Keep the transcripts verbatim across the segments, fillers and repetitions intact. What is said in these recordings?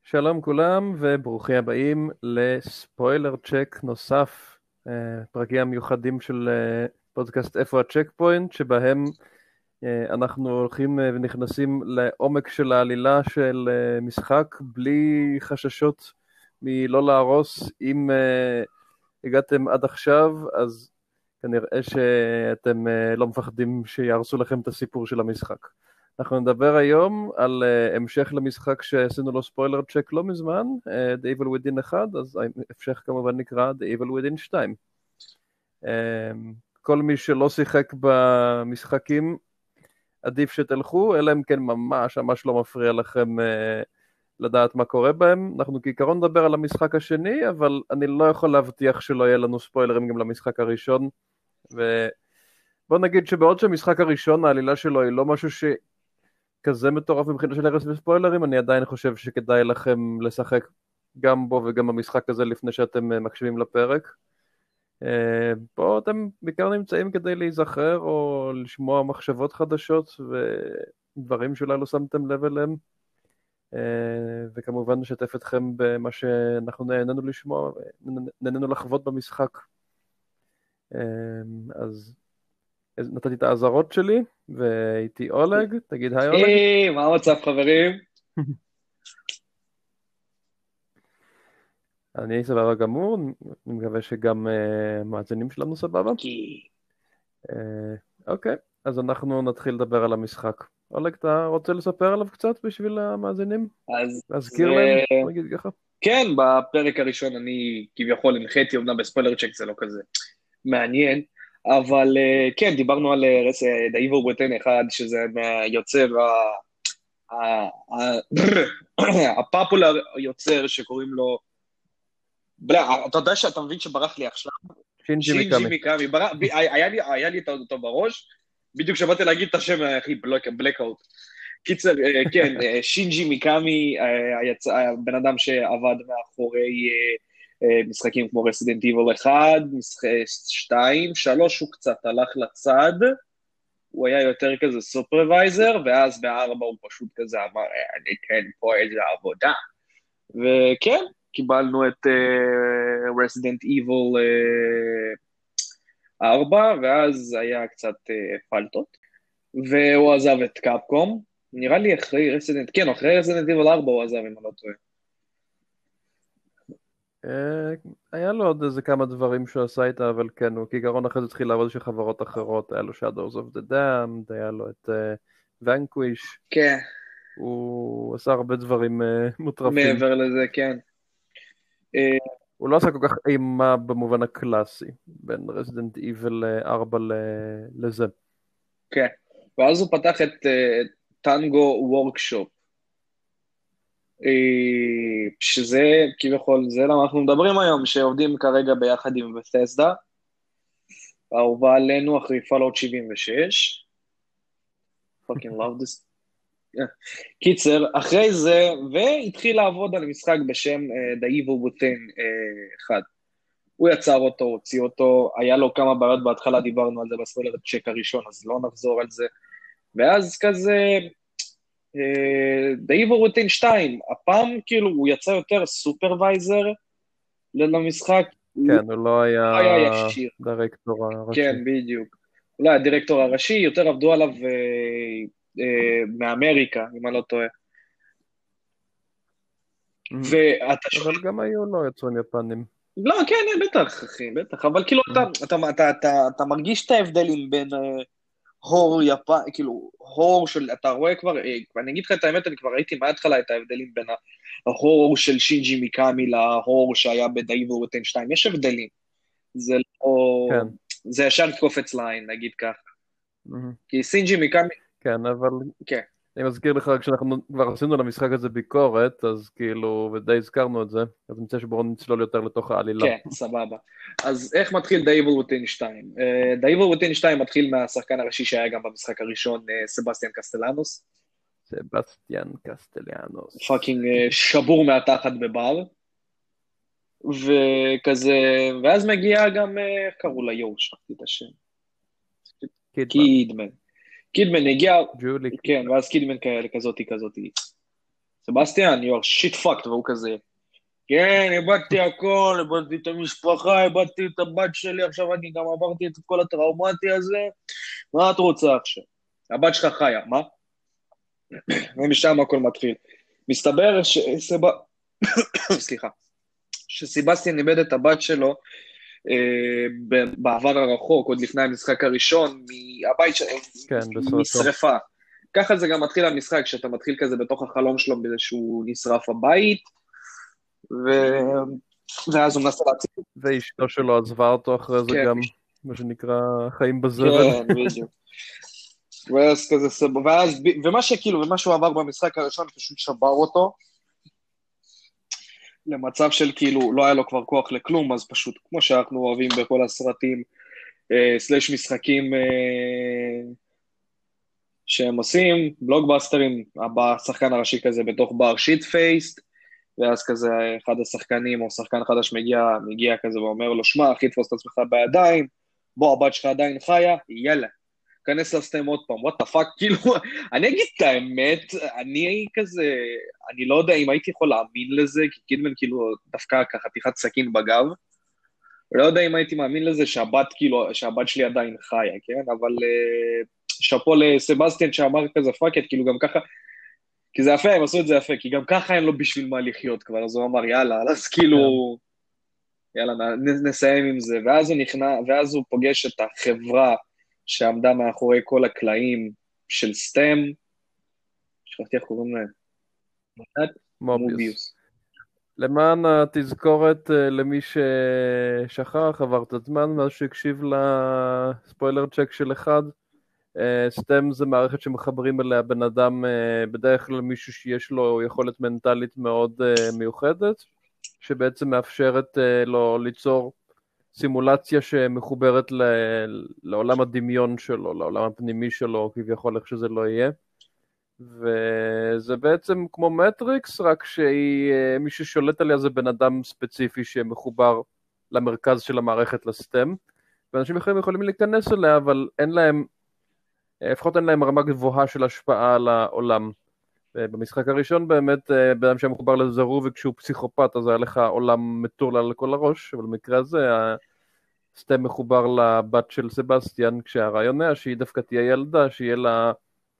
שלום כולם וברוכים הבאים לספוילר צ'ק נוסף, אה, פרקים המיוחדים של אה, פודקאסט איפה הצ'ק פוינט, שבהם אה, אנחנו הולכים אה, ונכנסים לעומק של העלילה של אה, משחק בלי חששות מלא להרוס. אם אה, הגעתם עד עכשיו, אז כנראה שאתם אה, לא מפחדים שיהרסו לכם את הסיפור של המשחק. אנחנו נדבר היום על uh, המשך למשחק שעשינו לו ספוילר צ'ק לא מזמן, uh, The Evil Within אחד, אז ההמשך כמובן נקרא The Evil Within שתיים. Uh, כל מי שלא שיחק במשחקים, עדיף שתלכו, אלא אם כן ממש ממש לא מפריע לכם uh, לדעת מה קורה בהם. אנחנו כעיקרון נדבר על המשחק השני, אבל אני לא יכול להבטיח שלא יהיה לנו ספוילרים גם למשחק הראשון. ובוא נגיד שבעוד שהמשחק הראשון, העלילה שלו היא לא משהו ש... כזה מטורף מבחינה של הרס וספוילרים, אני עדיין חושב שכדאי לכם לשחק גם בו וגם במשחק הזה לפני שאתם מקשיבים לפרק. פה אתם בעיקר נמצאים כדי להיזכר או לשמוע מחשבות חדשות ודברים שאולי לא שמתם לב אליהם, וכמובן נשתף אתכם במה שאנחנו נהנינו לשמוע ונהנינו לחוות במשחק. אז נתתי את האזהרות שלי, והייתי אולג. תגיד היי אולג. היי, מה המצב חברים? אני סבבה גמור, אני מקווה שגם uh, מאזינים שלנו סבבה. כי... Uh, אוקיי, אז אנחנו נתחיל לדבר על המשחק. אולג, אתה רוצה לספר עליו קצת בשביל המאזינים? אז להזכיר להם, זה... נגיד ככה. כן, בפרק הראשון אני כביכול הנחיתי, אומנם בספוילר צ'ק זה לא כזה מעניין, אבל אה, כן, דיברנו על אה, רס- אה, The Evil Within אחד, שזה מהיוצר ה- ה- ה- הפופולר יוצר שקוראים לו... בלה, אתה יודע שאתה מבין שברח לי עכשיו? שינג'י שינג'י מיקאמי. מיקאמי, ברח- ב- היה לי היה לי אותו בראש, בדיוק שבאתי להגיד את השם, אחי, בלקאוט. קיצר, אה, כן, אה, שינג'י מיקאמי, אה, היצ- הבן אדם שעבד מאחורי אה, אה, משחקים כמו רסידנט איבל אחד, שתיים, שלוש, הוא קצת הלך לצד, הוא היה יותר כזה סופרוויזר, ואז בארבע הוא פשוט כזה אמר, "אה, אני כן פה איזה עבודה." וכן, קיבלנו את רסידנט איבל ארבע, ואז היה קצת אה, פלטות, והוא עזב את קאפקום, נראה לי אחרי רסידנט, כן, אחרי רסידנט איבל ארבע הוא עזב, אם אני לא טועה. אה, היה לו עוד איזה כמה דברים שהוא עשה איתה, אבל כן, הוא כעיקרון אחרי זה התחיל לעבוד של חברות אחרות. היה לו Shadows of the Damned, היה לו את uh, Vanquish. כן, הוא עשה הרבה דברים uh, מוטרפים. מעבר לזה, כן. אה, הוא לא עשה כל כך אימה במובן הקלאסי, בין רזידנט איבל ארבע לזה. כן, ואז הוא פתח את אה, טנגו וורקשופ, אה, שזה כביכול, זה למה אנחנו מדברים היום, שעובדים כרגע ביחד עם בתסדה, האהובה עלינו אחרי פאלאוט שבעים ושש, fucking love this. קיצר, אחרי זה, והתחיל לעבוד על משחק בשם uh, The Evil Within uh, אחד. הוא יצר אותו, הוציא אותו, היה לו כמה בעיות בהתחלה, דיברנו על זה בספוילר צ'ק הראשון, אז לא נחזור על זה. ואז כזה, uh, The Evil Within שתיים, הפעם כאילו הוא יצא יותר סופרוויזר למשחק, הוא כן, הוא לא היה לא היה ישיר. דירקטור הראשי. כן, בדיוק. אולי הדירקטור הראשי, יותר עבדו עליו uh, uh, מאמריקה, אם אני לא טועה. ואתה אבל גם היו לא יצורים יפנים. לא, כן, בטח, אחי, בטח, אבל כאילו אתה, אתה, אתה, אתה, אתה מרגיש את ההבדלים בין אה, הור יפן, כאילו, הור של, אתה רואה כבר, אה, אני אגיד לך את האמת, אני כבר ראיתי מההתחלה את ההבדלים בין ההור של שינג'י מיקאמי להור שהיה בדייבר וטן שתיים, יש הבדלים, זה לא, כן. זה ישר קופץ לעין, נגיד ככה, מהמם. כי שינג'י מיקאמי, כן, אבל כן, אני מזכיר לך, כשאנחנו כבר עשינו למשחק הזה ביקורת, אז כאילו, ודי הזכרנו את זה, אז אני רוצה שבואו נצלול יותר לתוך העלילה. כן, סבבה. אז איך מתחיל The Evil Within שתיים? Uh, The Evil Within שתיים מתחיל מהשחקן הראשי שהיה גם במשחק הראשון, uh, סבסטיאן קסטלנוס. סבסטיאן קסטליאנוס. פאקינג uh, שבור מהתחת בבר. וכזה, ואז מגיע גם, uh, איך קראו לה? יואו, שכחתי את השם. קידמן. קידמן. קידמן הגיע, ג'ולי. כן, ואז קידמן כאלה, כזאתי, כזאתי. סבסטיאן, you are shit fucked, והוא כזה, כן, איבדתי הכל, איבדתי את המשפחה, איבדתי את הבת שלי, עכשיו אני גם עברתי את כל הטראומטי הזה, מה את רוצה עכשיו? הבת שלך חיה, מה? ומשם הכל מתחיל. מסתבר שסב... סליחה, שסבסטיאן איבד את הבת שלו, אה, בעבר הרחוק, עוד לפני המשחק הראשון, מהבית ש... כן, משרפה. ככה זה גם מתחיל המשחק, שאתה מתחיל כזה בתוך החלום שלו, בזה שהוא נשרף הבית, ו... ואז הוא מנסה להציג. ואשתו שלו עזבה אותו אחרי זה כן. גם, מה שנקרא, חיים בזבל. כן, בדיוק. ואז כזה סב... ואז... ומה שכאילו, ומה שהוא עבר במשחק הראשון, פשוט שבר אותו, למצב של כאילו, לא היה לו כבר כוח לכלום, אז פשוט, כמו שאנחנו אוהבים בכל הסרטים, אה, סלש משחקים אה, שהם עושים, בלוגבאסטרים, הבא, השחקן הראשי כזה בתוך בר שיט פייסט, ואז כזה אחד השחקנים או שחקן חדש מגיע, מגיע כזה ואומר לו, שמע, אחי תפוס את עצמך בידיים, בוא, הבת שלך עדיין חיה, יאללה, כנס לסטם עוד פעם, what the fuck, כאילו, אני אגיד את האמת, אני כזה, אני לא יודע אם הייתי יכול להאמין לזה, כי קידמן כאילו דווקא כחתיכת סכין בגב, לא יודע אם הייתי מאמין לזה שהבת כאילו, שהבת שלי עדיין חיה, כן, אבל uh, שפו לסבסטיאן שאמר כזה פאקט, כאילו גם ככה, כי זה יפה, הם עשו את זה יפה, כי גם ככה אין לו בשביל מה לחיות כבר, אז הוא אמר יאללה, אז כאילו, יאללה, נסיים עם זה, ואז הוא נכנע, ואז הוא פוגש את החברה, שעמדה מאחורי כל הקלעים של סטם, שכחתי איך קוראים להם? מוביוס. למען התזכורת למי ששכח, עבר את הזמן, מאז שהקשיב לספוילר צ'ק של אחד, סטם זה מערכת שמחברים אליה בן אדם, בדרך כלל מישהו שיש לו יכולת מנטלית מאוד מיוחדת, שבעצם מאפשרת לו ליצור סימולציה שמחוברת ל... לעולם הדמיון שלו, לעולם הפנימי שלו, כביכול איך שזה לא יהיה. וזה בעצם כמו מטריקס, רק שמי ששולט עליה זה בן אדם ספציפי שמחובר למרכז של המערכת לסטם, ואנשים אחרים יכולים להיכנס אליה, אבל אין להם, לפחות אין להם רמה גבוהה של השפעה על העולם. במשחק הראשון באמת, בן אדם שמחובר לזרו, וכשהוא פסיכופת, אז היה לך עולם מטורלל על כל הראש, אבל במקרה הזה, סטם מחובר לבת של סבסטיאן, כשהרעיון היה שהיא דווקא תהיה ילדה, שיהיה לה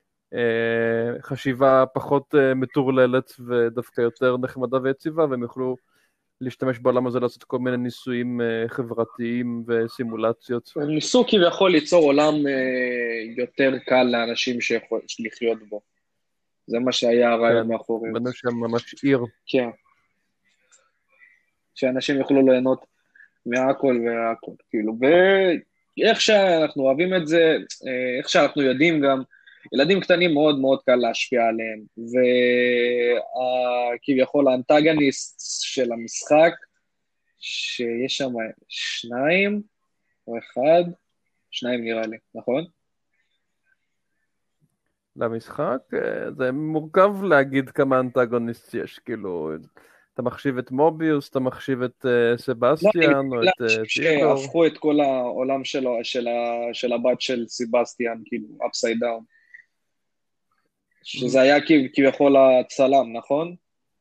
אה, חשיבה פחות אה, מטורללת, ודווקא יותר נחמדה ויציבה, והם יוכלו להשתמש בעולם הזה לעשות כל מיני ניסויים אה, חברתיים וסימולציות. הם ניסו כביכול ליצור עולם אה, יותר קל לאנשים שיכול לחיות בו. זה מה שהיה הרעיון כן, מאחורים. בנו שם ממש עיר. כן. שאנשים יוכלו ליהנות מהכל והכל, כאילו, ואיך שאנחנו אוהבים את זה, איך שאנחנו יודעים גם, ילדים קטנים מאוד מאוד קל להשפיע עליהם, וכביכול האנטגניסט של המשחק, שיש שם שניים או אחד, שניים נראה לי, נכון? למשחק, זה מורכב להגיד כמה אנטגוניסט יש, כאילו, אתה מחשיב את מוביוס, אתה מחשיב את uh, סבסטיאן, לא, או לא, את uh, טיגור. שהפכו את כל העולם שלו, של, ה, של הבת של סבסטיאן, כאילו, upside down. שזה היה כביכול הצלם, נכון?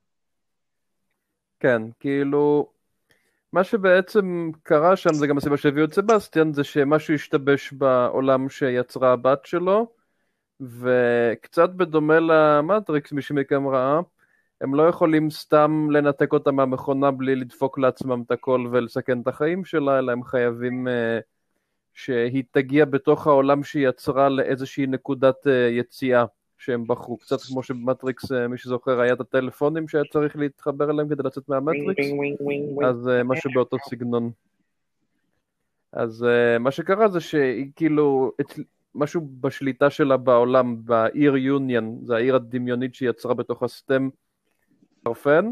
כן, כאילו, מה שבעצם קרה שם, זה גם הסיבה שהביאו את סבסטיאן, זה שמשהו השתבש בעולם שיצרה הבת שלו, וקצת בדומה למטריקס, מי שמכם ראה, הם לא יכולים סתם לנתק אותה מהמכונה בלי לדפוק לעצמם את הכל ולסכן את החיים שלה, אלא הם חייבים uh, שהיא תגיע בתוך העולם שהיא יצרה לאיזושהי נקודת uh, יציאה שהם בחרו. קצת כמו שבמטריקס, uh, מי שזוכר, היה את הטלפונים שהיה צריך להתחבר אליהם כדי לצאת מהמטריקס, אז uh, משהו באותו סגנון. אז uh, מה שקרה זה שהיא כאילו, את, משהו בשליטה שלה בעולם, בעיר יוניון, זה העיר הדמיונית שהיא יצרה בתוך הסטם, פרפן,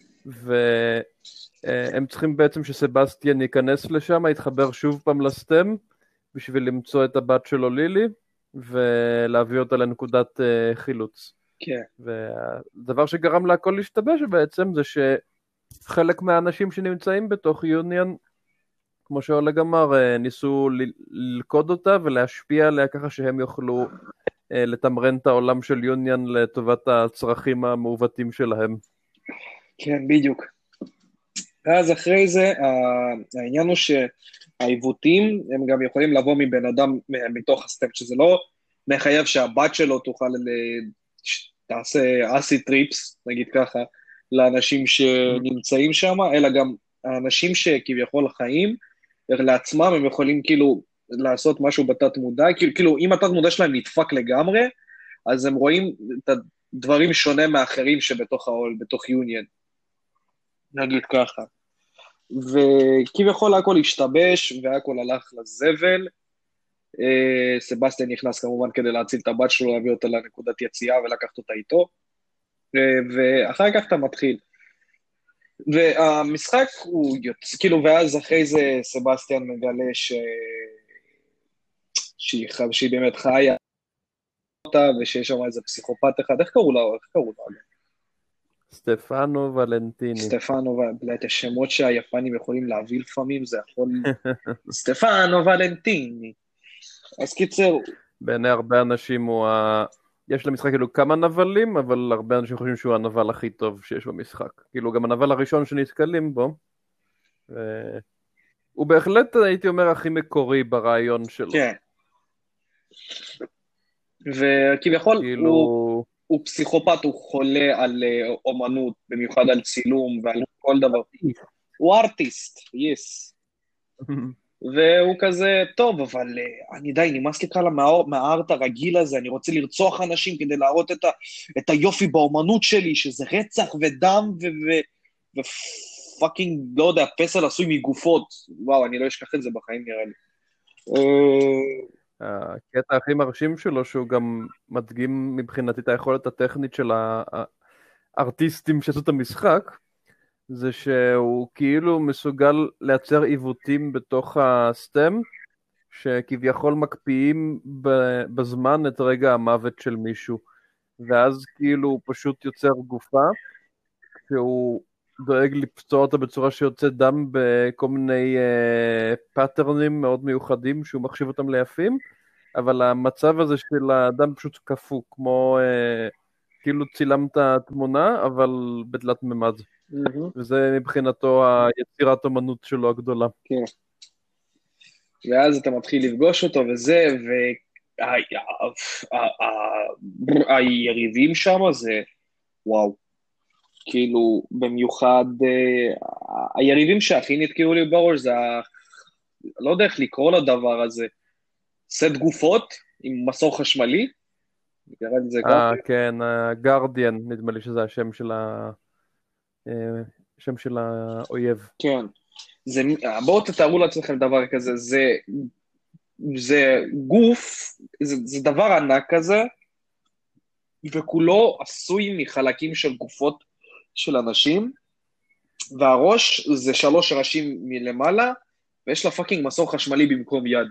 והם צריכים בעצם שסבסטיאן ייכנס לשם, יתחבר שוב פעם לסטם, בשביל למצוא את הבת שלו לילי, ולהביא אותה לנקודת חילוץ. כן. והדבר שגרם להכל להשתבש בעצם, זה שחלק מהאנשים שנמצאים בתוך יוניון, כמו שאולג אמר, ניסו ללכוד אותה ולהשפיע עליה ככה שהם יוכלו לתמרן את העולם של יוניון לטובת הצרכים המעוותים שלהם. כן, בדיוק. אז אחרי זה, העניין הוא שהעיוותים, הם גם יכולים לבוא מבן אדם מתוך הסטם, שזה לא מחייב שהבת שלו תוכל, תעשה אסי טריפס, נגיד ככה, לאנשים שנמצאים שם, אלא גם האנשים שכביכול חיים, לעצמם הם יכולים כאילו לעשות משהו בתת מודע, כאילו אם התת מודע שלהם נדפק לגמרי, אז הם רואים את הדברים שונה מאחרים שבתוך העול, בתוך יוניון. נגיד ככה. וכביכול הכל השתבש, והכל הלך לזבל. סבסטיאן נכנס כמובן כדי להציל את הבת שלו, להביא אותה לנקודת יציאה ולקחת אותה איתו. ואחר כך אתה מתחיל. והמשחק הוא יוצא, כאילו, ואז אחרי זה סבסטיאן מגלה ש... שהיא, שהיא באמת חיה אותה, ושיש שם איזה פסיכופת אחד, איך קראו לה? איך קראו לה? סטפנו ולנטיני. סטפנו, את השמות שהיפנים יכולים להביא לפעמים, זה יכול... סטפנו ולנטיני. אז קיצר... בעיני הרבה אנשים הוא ה... יש למשחק כאילו כמה נבלים, אבל הרבה אנשים חושבים שהוא הנבל הכי טוב שיש במשחק. כאילו גם הנבל הראשון שנתקלים בו, ו... הוא בהחלט, הייתי אומר, הכי מקורי ברעיון שלו. כן. וכביכול כאילו... הוא... הוא פסיכופת, הוא חולה על אומנות, במיוחד על צילום ועל כל דבר. הוא ארטיסט, יס. והוא כזה, טוב, אבל אני די, נמאס לי כלל מהארט הרגיל הזה, אני רוצה לרצוח אנשים כדי להראות את, ה, את היופי באומנות שלי, שזה רצח ודם ופאקינג, לא יודע, פסל עשוי מגופות. וואו, אני לא אשכח את זה בחיים נראה לי. הקטע הכי מרשים שלו, שהוא גם מדגים מבחינתי את היכולת הטכנית של הארטיסטים שעשו את המשחק, זה שהוא כאילו מסוגל לייצר עיוותים בתוך הסטם, שכביכול מקפיאים בזמן את רגע המוות של מישהו, ואז כאילו הוא פשוט יוצר גופה, שהוא דואג לפצוע אותה בצורה שיוצא דם בכל מיני פאטרנים מאוד מיוחדים, שהוא מחשיב אותם ליפים, אבל המצב הזה של האדם פשוט קפוא, כמו כאילו צילמת תמונה, אבל בתלת ממד. וזה מבחינתו היצירת אומנות שלו הגדולה. כן. ואז אתה מתחיל לפגוש אותו וזה, והיריבים שם זה, וואו. כאילו, במיוחד, היריבים שהכי נתקעו לי בראש, זה, לא יודע איך לקרוא לדבר הזה, סט גופות עם מסור חשמלי. אה, כן, גרדיאן, נדמה לי שזה השם של ה... שם של האויב. כן. זה, בואו תתארו לעצמכם דבר כזה, זה, זה גוף, זה, זה דבר ענק כזה, וכולו עשוי מחלקים של גופות של אנשים, והראש זה שלוש ראשים מלמעלה, ויש לה פאקינג מסור חשמלי במקום יד.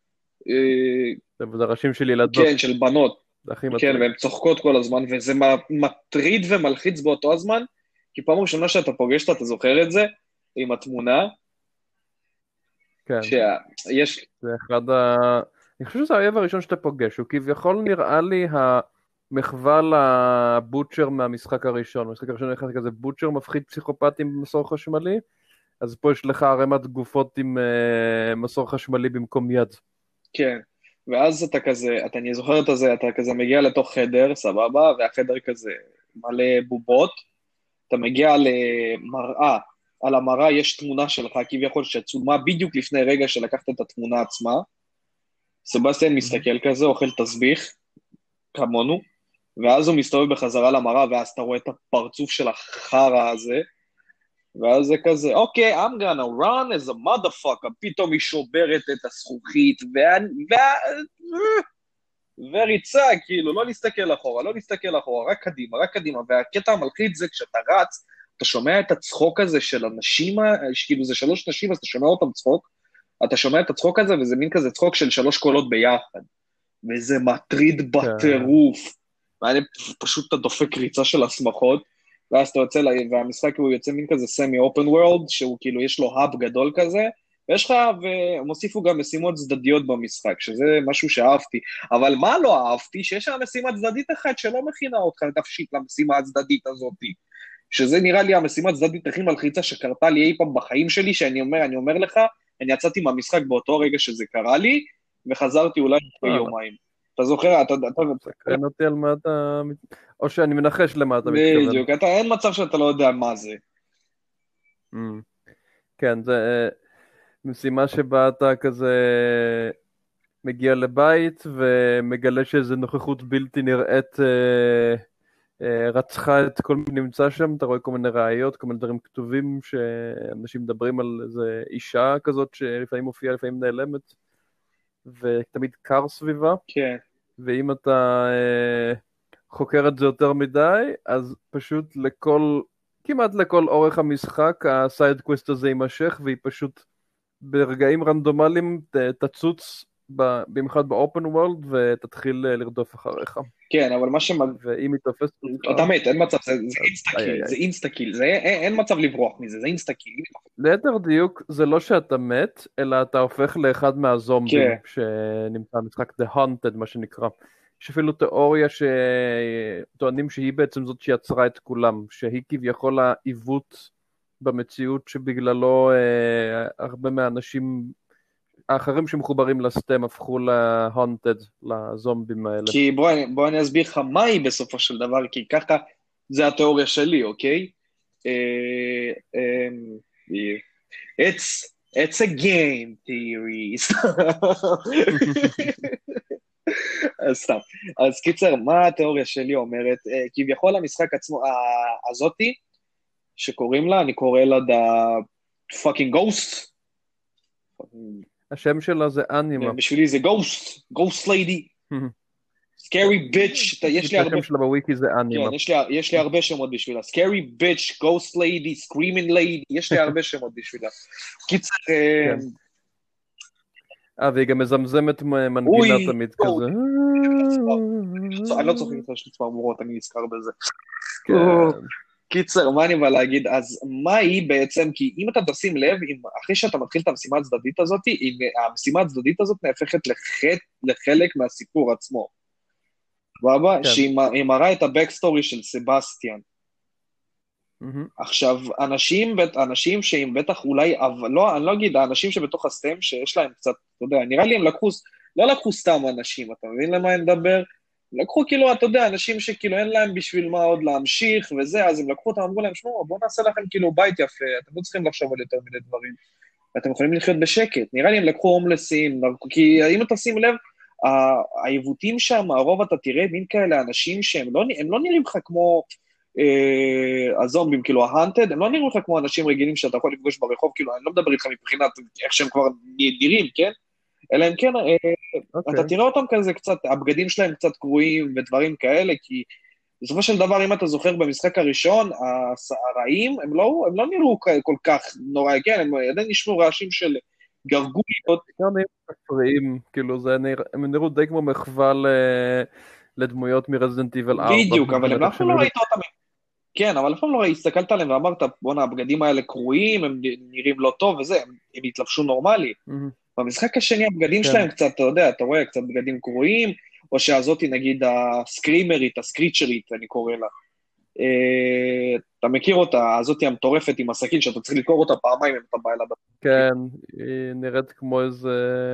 זה ראשים של ילדות. כן, של בנות. כן, והן צוחקות כל הזמן, וזה מטריד ומלחיץ באותו הזמן, כי פעם ראשונה שאתה פוגש אתה זוכר את זה, עם התמונה. כן. שיש... זה אחד ה... אני חושב שזה האויב הראשון שאתה פוגש, הוא כביכול נראה לי המחווה לבוטשר מהמשחק הראשון. במשחק הראשון היה כזה בוטשר מפחיד פסיכופטים במסור חשמלי, אז פה יש לך הרמת גופות עם uh, מסור חשמלי במקום יד. כן, ואז אתה כזה, אתה אני זוכר את זה, אתה כזה מגיע לתוך חדר, סבבה, והחדר כזה מלא בובות, אתה מגיע למראה, על המראה יש תמונה שלך, כביכול שצולמה בדיוק לפני רגע שלקחת את התמונה עצמה, סבסטיאן מסתכל כזה, אוכל תסביך, כמונו, ואז הוא מסתובב בחזרה למראה, ואז אתה רואה את הפרצוף של החרה הזה, ואז זה כזה, אוקיי, I'm gonna run as a motherfucker, פתאום היא שוברת את הזכוכית, וריצה, כאילו, לא להסתכל אחורה, לא להסתכל אחורה, רק קדימה, רק קדימה, והקטע המלחיץ זה כשאתה רץ, אתה שומע את הצחוק הזה של אנשים, כאילו זה שלוש נשים, אז אתה שומע אותם צחוק, אתה שומע את הצחוק הזה, וזה מין כזה צחוק של שלוש קולות ביחד, וזה מטריד בטירוף, ואני פשוט אתה דופק ריצה של הסמכות, ואז אתה יוצא, והמשחק הוא יוצא מין כזה סמי אופן וורלד, שהוא כאילו יש לו האב גדול כזה, ויש לך, והם הוסיפו גם משימות צדדיות במשחק, שזה משהו שאהבתי. אבל מה לא אהבתי? שיש שם משימה צדדית אחת שלא מכינה אותך נפשית למשימה הצדדית הזאת. שזה נראה לי המשימה הצדדית הכי מלחיצה שקרתה לי אי פעם בחיים שלי, שאני אומר, אני אומר לך, אני יצאתי מהמשחק באותו רגע שזה קרה לי, וחזרתי אולי ביומיים. אתה זוכר, אתה... סקרן אותי על מה אתה... או שאני מנחש למה אתה מתכוון. בדיוק, אין מצב שאתה לא יודע מה זה. כן, זה משימה שבה אתה כזה מגיע לבית ומגלה שאיזו נוכחות בלתי נראית רצחה את כל מי שנמצא שם, אתה רואה כל מיני ראיות, כל מיני דברים כתובים שאנשים מדברים על איזה אישה כזאת שלפעמים מופיעה, לפעמים נעלמת, ותמיד קר סביבה. כן. ואם אתה אה, חוקר את זה יותר מדי, אז פשוט לכל, כמעט לכל אורך המשחק, הסייד קווסט הזה יימשך, והיא פשוט ברגעים רנדומליים ת, תצוץ, ב, במיוחד באופן וורלד, ותתחיל לרדוף אחריך. כן, אבל מה שמג... ואם היא תופסת אותך... אתה מת, אין מצב, זה, זה אינסטקיל, זה אינסטקיל, זה, אין, אין מצב לברוח מזה, זה אינסטקיל. ליתר דיוק, זה לא שאתה מת, אלא אתה הופך לאחד מהזומבים כן. שנמצא במשחק The Haunted, מה שנקרא. יש אפילו תיאוריה שטוענים שהיא בעצם זאת שיצרה את כולם, שהיא כביכול העיוות במציאות שבגללו אה, הרבה מהאנשים האחרים שמחוברים לסטם הפכו ל-Haunted, לזומבים האלה. כי בוא, בוא אני אסביר לך מה היא בסופו של דבר, כי ככה זה התיאוריה שלי, אוקיי? Uh, um, yeah. It's it's a game theory. אז סתם. אז קיצר, מה התיאוריה שלי אומרת? Uh, כביכול המשחק עצמו, uh, הזאתי, שקוראים לה, אני קורא לה the fucking ghost. השם שלה זה אנימה. בשבילי זה ghost, ghost lady. Scary bitch, יש לי הרבה... השם שלה בוויקי זה אנימה. כן, יש לי, יש לי הרבה שמות בשבילה. Scary bitch, ghost lady, screaming lady, יש לי הרבה שמות בשבילה. קיצר... אה, והיא גם מזמזמת מנגינה תמיד כזה. אני לא צוחק איתך, יש לי צמרמורות, אני נזכר בזה. קיצר, מה אני בא להגיד? אז מה היא בעצם, כי אם אתה תשים לב, אחרי שאתה מתחיל את המשימה הצדדית הזאת, המשימה הצדדית הזאת נהפכת לחלק מהסיפור עצמו. סבבה? שהיא מראה את הבקסטורי של סבסטיאן. עכשיו, אנשים, אנשים שהם בטח אולי, לא, אני לא אגיד, האנשים שבתוך הסטם, שיש להם קצת, אתה יודע, נראה לי הם לקחו, לא לקחו סתם אנשים, אתה מבין למה אני מדבר? לקחו כאילו, אתה יודע, אנשים שכאילו אין להם בשביל מה עוד להמשיך וזה, אז הם לקחו אותם, אמרו להם, שמעו, בואו נעשה לכם כאילו בית יפה, אתם לא צריכים לחשוב על יותר מיני דברים, ואתם יכולים לחיות בשקט. נראה לי הם לקחו הומלסים, כי אם אתה שים לב, העיוותים שם, הרוב אתה תראה מין כאלה אנשים שהם לא, הם לא נראים לך כמו אה, הזומבים, כאילו ההאנטד, הם לא נראים לך כמו אנשים רגילים שאתה יכול לפגוש ברחוב, כאילו אני לא מדבר איתך מבחינת איך שהם כבר נראים, כן? אלא אם כן, אה, okay. אתה תראה אותם כזה קצת, הבגדים שלהם קצת קרועים ודברים כאלה, כי בסופו של דבר, אם אתה זוכר במשחק הראשון, הרעים, הם לא, הם לא נראו כל כך נורא, כן, הם עדיין נשמעו רעשים של גרגוליות. הם מפריעים, כאילו, הם נראו די כמו מחווה לדמויות מרזידנט איבל ארבע. בדיוק, אבל הם לא ראית אותם. כן, אבל לפעמים לא הסתכלת עליהם ואמרת, בוא'נה, הבגדים האלה קרועים, הם נראים לא טוב וזה, הם התלבשו נורמלי. במשחק השני, הבגדים שלהם קצת, אתה יודע, אתה רואה, קצת בגדים קרועים, או שהזאתי, נגיד, הסקרימרית, הסקריצ'רית, אני קורא לה. אתה מכיר אותה, הזאתי המטורפת עם הסכין, שאתה צריך לקרוא אותה פעמיים אם אתה בא אליו. כן, היא נראית כמו איזה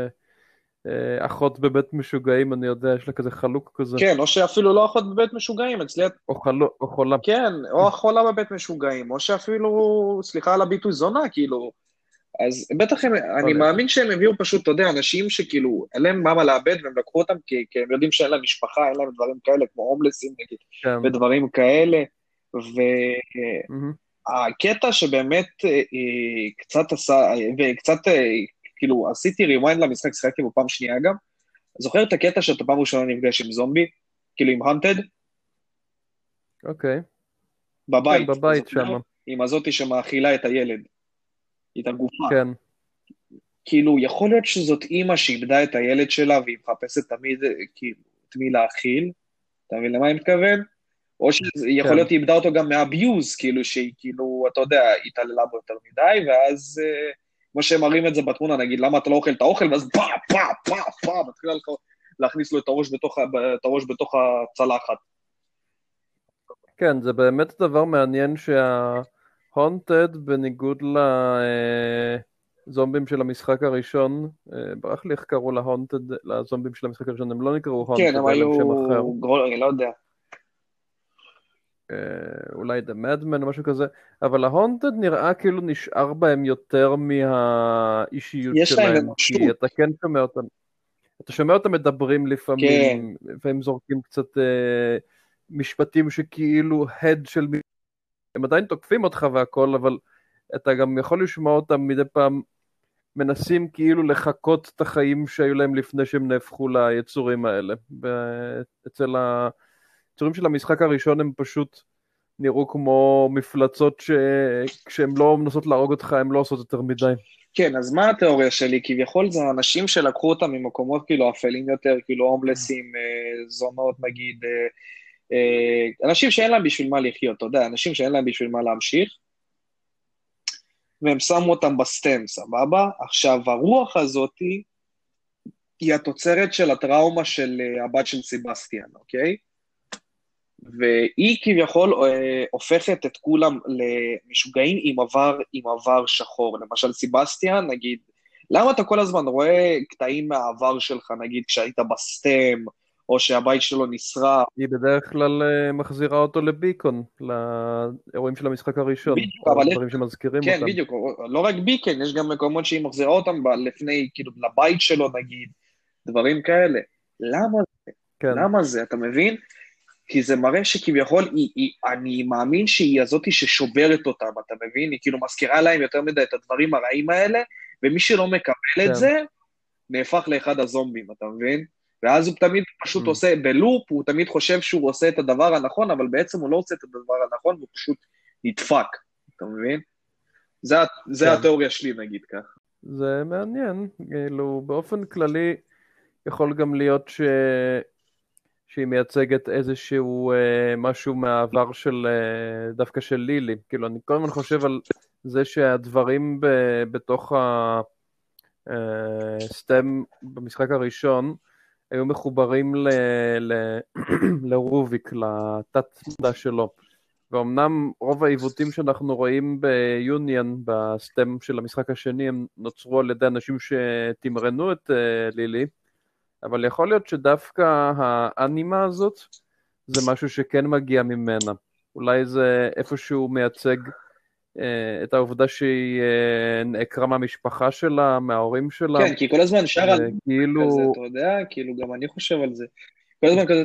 אחות בבית משוגעים, אני יודע, יש לה כזה חלוק כזה. כן, או שאפילו לא אחות בבית משוגעים, אצלי... או חולה. כן, או חולה בבית משוגעים, או שאפילו, סליחה על הביטוי, זונה, כאילו. אז בטח הם, אני מאמין שהם הביאו פשוט, אתה יודע, אנשים שכאילו, אין להם מה לאבד, והם לקחו אותם, כי, כי הם יודעים שאין להם משפחה, אין להם דברים כאלה, כמו הומלסים, נגיד, כן. ודברים כאלה, והקטע שבאמת קצת עשה, וקצת, כאילו, עשיתי ריוויינד למשחק, שחקתי בו פעם שנייה גם, זוכר את הקטע שאתה פעם ראשונה נפגש עם זומבי, כאילו עם הנטד? אוקיי. בבית. כן, בבית שם. עם הזאתי שמאכילה את הילד. את הגופה. כן. כאילו, יכול להיות שזאת אימא שאיבדה את הילד שלה, והיא מחפשת תמיד, כאילו, את מי להאכיל, אתה מבין למה היא מתכוון? או שיכול להיות היא איבדה אותו גם מהביוז, כאילו, שהיא, כאילו, אתה יודע, התעללה בו יותר מדי, ואז כמו שהם מראים את זה בתמונה, נגיד, למה אתה לא אוכל את האוכל, ואז פה, פה, פה, פה, מתחיל להכניס לו את הראש בתוך, את הראש בתוך הצלחת. כן, זה באמת דבר מעניין שה-Haunted, בניגוד לזומבים של המשחק הראשון, ברח לי איך קראו ל-Haunted, לזומבים של המשחק הראשון, הם לא נקראו Haunted, כן, הם היו, שם אחר. אני לא יודע. אולי The Madman או משהו כזה, אבל ה-Haunted נראה כאילו נשאר בהם יותר מהאישיות שלהם, כי אתה כן שומע אותם, אתה שומע אותם מדברים לפעמים, כן. והם זורקים קצת אה, משפטים שכאילו הד של, הם עדיין תוקפים אותך והכל, אבל אתה גם יכול לשמוע אותם מדי פעם, מנסים כאילו לחכות את החיים שהיו להם לפני שהם נהפכו ליצורים האלה, ואצל ה... היצורים של המשחק הראשון הם פשוט נראו כמו מפלצות שכשהם לא מנסות להרוג אותך הם לא עושות יותר מדי. כן, אז מה התיאוריה שלי? כביכול זה אנשים שלקחו אותם ממקומות כאילו אפלים יותר, כאילו הומלסים, זונות נגיד, אנשים שאין להם בשביל מה לחיות, אתה יודע, אנשים שאין להם בשביל מה להמשיך, והם שמו אותם בסטם, סבבה? עכשיו, הרוח הזאת היא התוצרת של הטראומה של הבת של סבסטיאן, אוקיי? והיא כביכול אה, הופכת את כולם למשוגעים עם עבר, עם עבר שחור. למשל סבסטיאן, נגיד, למה אתה כל הזמן רואה קטעים מהעבר שלך, נגיד כשהיית בסטם, או שהבית שלו נשרף? היא בדרך כלל אה, מחזירה אותו לביקון, לאירועים של המשחק הראשון, בדיוק, או אבל... דברים שמזכירים כן, אותם. כן, בדיוק, לא רק ביקון, יש גם מקומות שהיא מחזירה אותם לפני, כאילו, לבית שלו נגיד, דברים כאלה. למה זה? כן. למה זה? אתה מבין? כי זה מראה שכביכול, היא, היא, אני מאמין שהיא הזאתי ששוברת אותם, אתה מבין? היא כאילו מזכירה להם יותר מדי את הדברים הרעים האלה, ומי שלא מקבל כן. את זה, נהפך לאחד הזומבים, אתה מבין? ואז הוא תמיד פשוט mm. עושה, בלופ, הוא תמיד חושב שהוא עושה את הדבר הנכון, אבל בעצם הוא לא עושה את הדבר הנכון, והוא פשוט נדפק, אתה מבין? זה, זה כן. התיאוריה שלי, נגיד כך. זה מעניין, כאילו, באופן כללי, יכול גם להיות ש... שהיא מייצגת איזשהו אה, משהו מהעבר של, אה, דווקא של לילי. כאילו, אני כל הזמן חושב על זה שהדברים ב, בתוך הסטם במשחק הראשון, היו מחוברים ל, ל, לרוביק, לתת מודע שלו. ואומנם רוב העיוותים שאנחנו רואים ביוניון, בסטם של המשחק השני, הם נוצרו על ידי אנשים שתמרנו את אה, לילי, אבל יכול להיות שדווקא האנימה הזאת זה משהו שכן מגיע ממנה. אולי זה איפשהו מייצג אה, את העובדה שהיא אה, נעקרה מהמשפחה שלה, מההורים שלה. כן, כי כל הזמן שר על כאילו... כזה, אתה יודע, כאילו גם אני חושב על זה. כל הזמן כזה...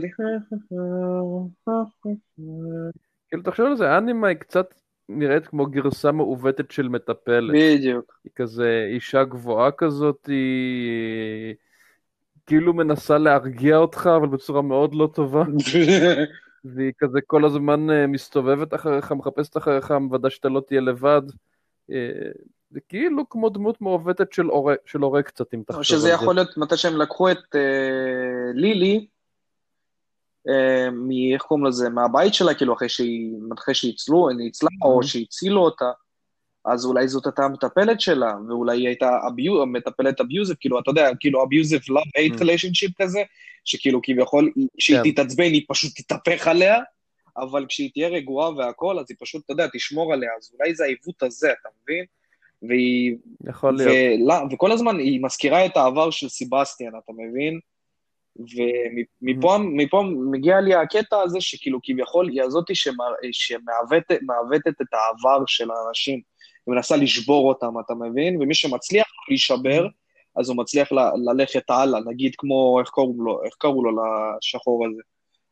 כאילו תחשוב על זה, האנימה היא קצת נראית כמו גרסה מעוותת של מטפלת. בדיוק. היא כזה אישה גבוהה כזאת, היא... כאילו מנסה להרגיע אותך, אבל בצורה מאוד לא טובה. והיא כזה כל הזמן מסתובבת אחריך, מחפשת אחריך, מוודא שאתה לא תהיה לבד. זה כאילו כמו דמות מעוותת של הורה, של הורה קצת, אם תחשוב על זה. שזה יכול להיות מתי שהם לקחו את אה, לילי, אה, מ, איך קוראים לזה, מהבית שלה, כאילו אחרי שהיא, אחרי שהצלו, הצלה, או שהצילו אותה, אז אולי זאת הייתה המטפלת שלה, ואולי היא הייתה אביו, מטפלת אביוזיב, כאילו, אתה יודע, כאילו אביוזיב love hate relationship כזה, שכאילו כביכול, כשהיא כן. תתעצבן, היא פשוט תתהפך עליה, אבל כשהיא תהיה רגועה והכל, אז היא פשוט, אתה יודע, תשמור עליה, אז אולי זה העיוות הזה, אתה מבין? והיא... יכול להיות. ו... וכל הזמן היא מזכירה את העבר של סבסטיאן, אתה מבין? ומפה מפה מגיע לי הקטע הזה, שכאילו כביכול היא הזאתי שמעוותת את העבר של האנשים, ומנסה לשבור אותם, אתה מבין? ומי שמצליח להישבר, אז הוא מצליח ל- ללכת הלאה, נגיד כמו, איך קראו לו, איך קראו לו לשחור הזה?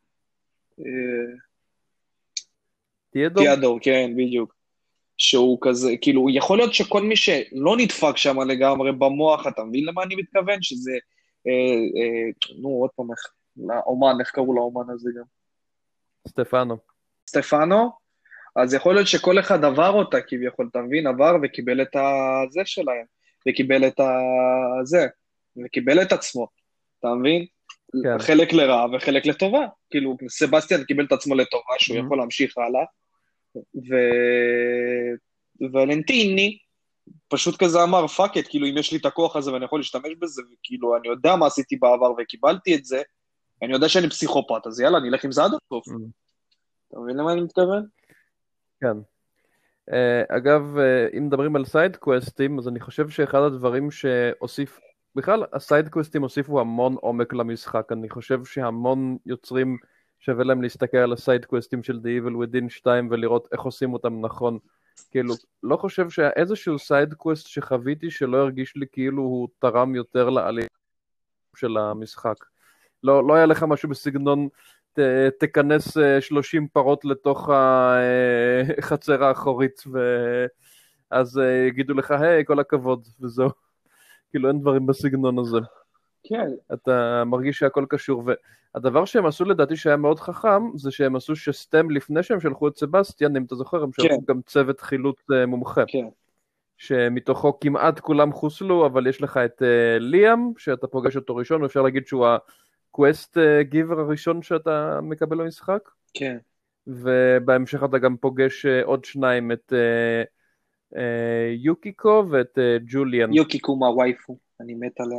תיאדור? תיאדור, כן, בדיוק. שהוא כזה, כאילו, יכול להיות שכל מי שלא נדפק שם לגמרי במוח, אתה מבין למה אני מתכוון? שזה, אה, אה, נו, עוד פעם, איך, לאומן, איך קראו לאומן הזה גם? סטפנו. סטפנו? אז יכול להיות שכל אחד עבר אותה, כביכול, אתה מבין, עבר וקיבל את הזה שלהם, וקיבל את הזה, וקיבל את עצמו, אתה מבין? כן. חלק לרע וחלק לטובה, כאילו, סבסטיאן קיבל את עצמו לטובה, שהוא mm-hmm. יכול להמשיך הלאה, ו... ולנטיני פשוט כזה אמר, פאק את, כאילו אם יש לי את הכוח הזה ואני יכול להשתמש בזה, וכאילו אני יודע מה עשיתי בעבר וקיבלתי את זה, אני יודע שאני פסיכופת, אז יאללה, אני אלך עם זה עד הסוף. Mm. אתה מבין למה אני מתכוון? כן. אה, אגב, אה, אם מדברים על סייד קווסטים, אז אני חושב שאחד הדברים שהוסיף, בכלל הסייד קווסטים הוסיפו המון עומק למשחק. אני חושב שהמון יוצרים שווה להם להסתכל על הסייד קווסטים של The Evil Within שתיים ולראות איך עושים אותם נכון. כאילו, לא חושב שהיה איזשהו סייד קווסט שחוויתי שלא הרגיש לי כאילו הוא תרם יותר לעלייה של המשחק. לא, לא היה לך משהו בסגנון ת, תכנס שלושים פרות לתוך החצר האחורית ואז יגידו לך היי כל הכבוד וזהו. כאילו אין דברים בסגנון הזה. כן. אתה מרגיש שהכל קשור, והדבר שהם עשו לדעתי שהיה מאוד חכם זה שהם עשו שסטם לפני שהם שלחו את סבסטיאן, אם אתה זוכר, הם שלחו כן. גם צוות חילוץ מומחה. כן. שמתוכו כמעט כולם חוסלו, אבל יש לך את uh, ליאם, שאתה פוגש אותו ראשון, ואפשר להגיד שהוא הקווסט גיבר הראשון שאתה מקבל במשחק. כן. ובהמשך אתה גם פוגש uh, עוד שניים, את uh, uh, יוקיקו ואת uh, ג'וליאן. יוקיקו מהווייפו, אני מת עליה.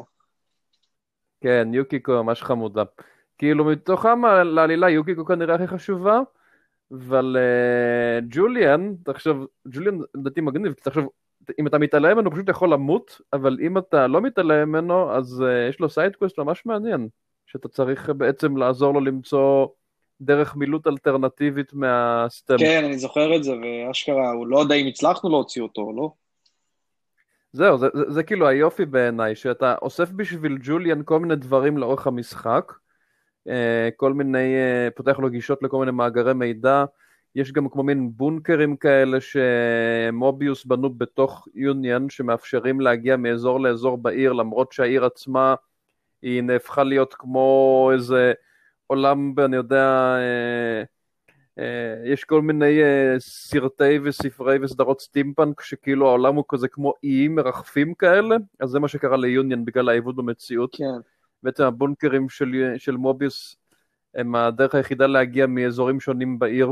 כן, יוקיקו ממש חמודה. כאילו מתוכם לעלילה יוקיקו כנראה הכי חשובה, אבל uh, ג'וליאן, תחשוב, ג'וליאן לדעתי מגניב, תחשוב, אם אתה מתעלם ממנו, פשוט יכול למות, אבל אם אתה לא מתעלם ממנו, אז uh, יש לו סיידקווסט ממש מעניין, שאתה צריך בעצם לעזור לו למצוא דרך מילוט אלטרנטיבית מהסטם. כן, אני זוכר את זה, ואשכרה, הוא לא יודע אם הצלחנו להוציא אותו, לא? זהו, זה, זה, זה כאילו היופי בעיניי, שאתה אוסף בשביל ג'וליאן כל מיני דברים לאורך המשחק, uh, כל מיני, uh, פותח לו גישות לכל מיני מאגרי מידע, יש גם כמו מין בונקרים כאלה שמוביוס בנו בתוך יוניון, שמאפשרים להגיע מאזור לאזור בעיר, למרות שהעיר עצמה היא נהפכה להיות כמו איזה עולם, אני יודע, אה, אה, יש כל מיני אה, סרטי וספרי וסדרות סטימפאנק, שכאילו העולם הוא כזה כמו איים מרחפים כאלה, אז זה מה שקרה ליוניון בגלל העיוות במציאות. כן. בעצם הבונקרים של, של מוביוס הם הדרך היחידה להגיע מאזורים שונים בעיר,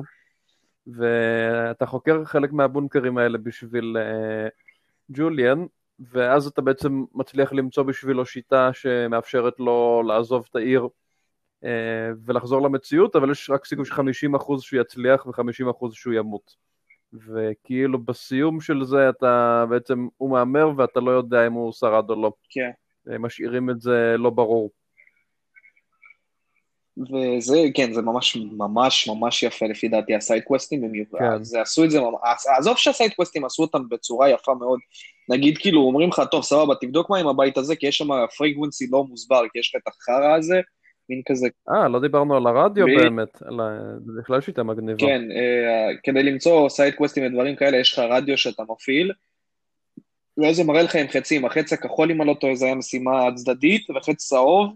ואתה חוקר חלק מהבונקרים האלה בשביל uh, ג'וליאן, ואז אתה בעצם מצליח למצוא בשבילו שיטה שמאפשרת לו לעזוב את העיר uh, ולחזור למציאות, אבל יש רק סיכוי ש-חמישים אחוז שהוא יצליח ו-חמישים אחוז שהוא ימות. וכאילו בסיום של זה אתה בעצם, הוא מאמר ואתה לא יודע אם הוא שרד או לא. כן. משאירים את זה לא ברור. וזה, כן, זה ממש ממש ממש יפה לפי דעתי, הסיידקווסטים במיוחד. כן. זה עשו את זה, עזוב שהסיידקווסטים עשו אותם בצורה יפה מאוד. נגיד, כאילו, אומרים לך, טוב, סבבה, תבדוק מה עם הבית הזה, כי יש שם פריקוונסי לא מוסבר, כי יש לך את החרא הזה, מין כזה. אה, לא דיברנו על הרדיו ב... באמת, על... זה בכלל שיטה מגניבה. כן, אה, כדי למצוא סיידקווסטים ודברים כאלה, יש לך רדיו שאתה מפעיל, ואז זה מראה לך עם חצים, החץ הכחול אם אני לא טועה, זה היה משימה צדדית, וחץ צהוב,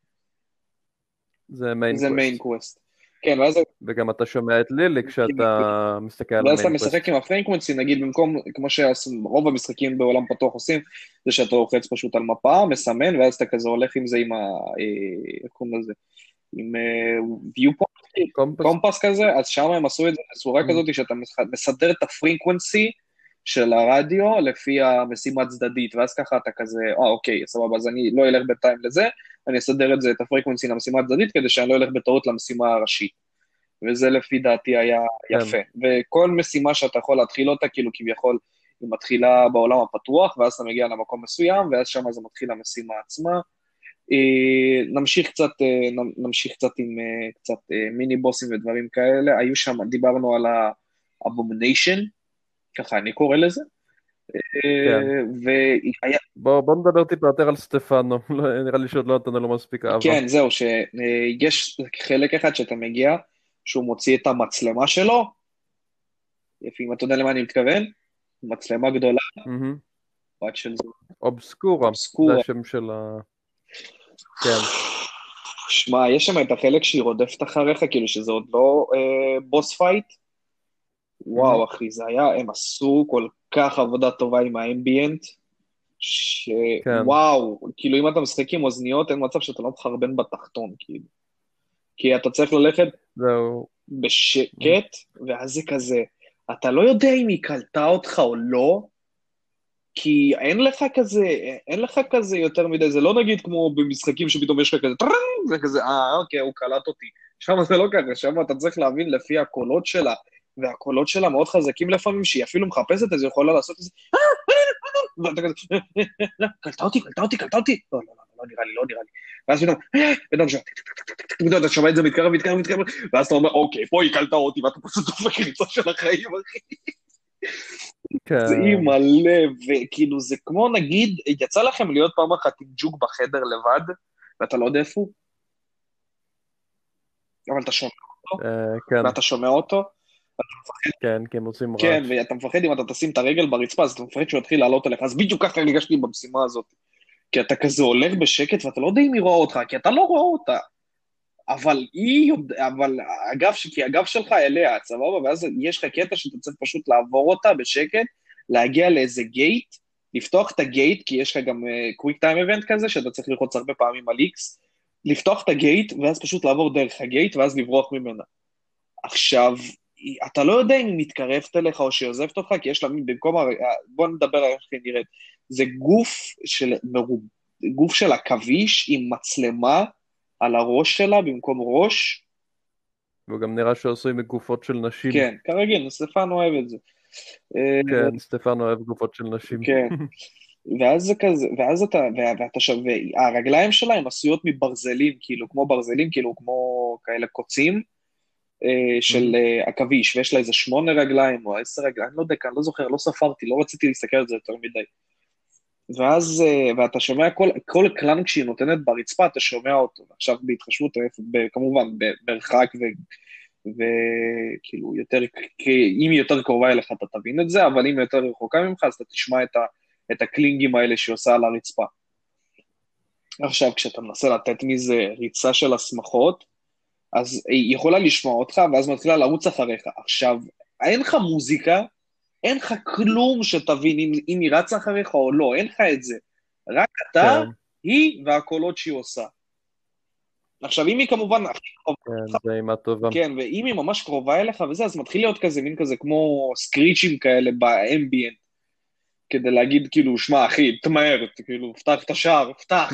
זה מיין זה קווסט. מיין קווסט. כן, ואז... וגם אתה שומע את לילי כשאתה מסתכל על ואז אתה המיין קווסט. משחק עם הפריקוונסי, נגיד במקום, כמו שרוב המשחקים בעולם פתוח עושים, זה שאתה לוחץ פשוט על מפה, מסמן, ואז אתה כזה הולך עם זה עם ה... איך קוראים לזה? עם viewpoint, קומפס. קומפס כזה, אז שם הם עשו את זה בצורה כזאת, שאתה מסדר את הפריקוונסי של הרדיו לפי המשימה הצדדית, ואז ככה אתה כזה, אה אוקיי, סבבה, אז אני לא אלך בטיים לזה, אני אסדר את זה, את הפריקוונסי למשימה הצדדית, כדי שאני לא אלך בטעות למשימה הראשית. וזה לפי דעתי היה יפה. וכל משימה שאתה יכול להתחיל אותה, כאילו כביכול היא מתחילה בעולם הפתוח, ואז אתה מגיע למקום מסוים, ואז שם זה מתחיל המשימה עצמה. נמשיך קצת, נמשיך קצת עם קצת מיני בוסים ודברים כאלה. היו שם, דיברנו על ה-abomination, ככה אני קורא לזה. כן. בוא, בוא נדבר טיפה יותר על סטפנו, נראה לי שעוד לא נתנו לו מספיק אהבה. כן, זהו, שיש חלק אחד שאתה מגיע, שהוא מוציא את המצלמה שלו, אם אתה יודע למה אני מתכוון, מצלמה גדולה, בת של זה. אובסקורה, אובסקורה. זה השם של ה... כן. שמע, יש שם את החלק שהיא רודפת אחריך, כאילו שזה עוד לא אה, בוס פייט, וואו אחי, זה היה, הם עשו כל כך עבודה טובה עם האמביאנט, שוואו, כאילו אם אתה משחק עם אוזניות, אין מצב שאתה לא מחרבן בתחתון, כאילו. כי אתה צריך ללכת בשקט, ואז זה כזה, אתה לא יודע אם היא קלטה אותך או לא, כי אין לך כזה, אין לך כזה יותר מדי, זה לא נגיד כמו במשחקים שפתאום יש לך כזה, טרנג, זה כזה, אה, אוקיי, הוא קלט אותי. שם זה לא ככה, שם אתה צריך להבין לפי הקולות שלה, והקולות שלה מאוד חזקים לפעמים, שהיא אפילו מחפשת את זה, יכולה לעשות את זה, ואתה כזה, קלטה אותי, קלטה אותי, קלטה אותי, לא, לא, לא, לא נראה לי, לא נראה לי. ואז פתאום, פתאום שם, אתה שומע את זה מתקרב, מתקרב, מתקרב, ואז אתה אומר, אוקיי, פה היא קלטה אותי, ואתה פשוט דופק ריצה של החיים, אחי. זה אי מלא, וכאילו זה כמו נגיד, יצא לכם להיות פעם אחת עם ג'וק בחדר לבד, ואתה לא יודע איפה הוא, אבל אתה שומע אותו, ואתה שומע אותו, כן, כי הם עושים רעש. כן, ואתה מפחד אם אתה תשים את הרגל ברצפה, אז אתה מפחד שהוא יתחיל לעלות עליך, אז בדיוק ככה הרגשתי במשימה הזאת, כי אתה כזה הולך בשקט, ואתה לא יודע אם היא רואה אותך, כי אתה לא רואה אותה, אבל היא, אבל הגב, כי הגב שלך אליה, סבבה, ואז יש לך קטע שאתה צריך פשוט לעבור אותה בשקט, להגיע לאיזה גייט, לפתוח את הגייט, כי יש לך גם קוויק טיים איבנט כזה, שאתה צריך ללחוץ הרבה פעמים על X, לפתוח את הגייט, ואז פשוט לעבור דרך הגייט, ואז לברוח ממנה. עכשיו, אתה לא יודע אם היא מתקרבת אליך, או שהיא עוזבת אותך, כי יש לה, במקום, בוא נדבר על איך היא נראית, זה גוף של, גוף של עכביש, עם מצלמה, על הראש שלה במקום ראש. והוא גם נראה שעשוי מגופות של נשים. כן, כרגיל, סטפן אוהב את זה. כן, סטפן אוהב גופות של נשים. כן, ואז זה כזה, ואז אתה, ואתה שווה, הרגליים שלה הם עשויות מברזלים, כאילו, כמו ברזלים, כאילו, כמו כאלה קוצים, של עכביש, ויש לה איזה שמונה רגליים, או עשר רגליים, אני לא יודע, אני לא זוכר, לא ספרתי, לא רציתי להסתכל על זה יותר מדי. ואז, ואתה שומע כל, כל קלאנג שהיא נותנת ברצפה, אתה שומע אותו, עכשיו בהתחשבות, כמובן, במרחק וכאילו, יותר, אם היא יותר קרובה אליך, אתה תבין את זה, אבל אם היא יותר רחוקה ממך, אז אתה תשמע את, ה, את הקלינגים האלה שהיא עושה על הרצפה. עכשיו, כשאתה מנסה לתת מזה ריצה של הסמכות, אז היא יכולה לשמוע אותך, ואז מתחילה לרוץ אחריך. עכשיו, אין לך מוזיקה, אין לך כלום שתבין אם, אם היא רצה אחריך או לא, אין לך את זה. רק אתה, כן. היא והקולות שהיא עושה. עכשיו, אם היא כמובן... כן, זה אימה טובה. כן, ואם היא ממש קרובה אליך וזה, אז מתחיל להיות כזה, מין כזה כמו סקריצ'ים כאלה באמביאנט, כדי להגיד, כאילו, שמע, אחי, תמהר, כאילו, פתח את השער, פתח.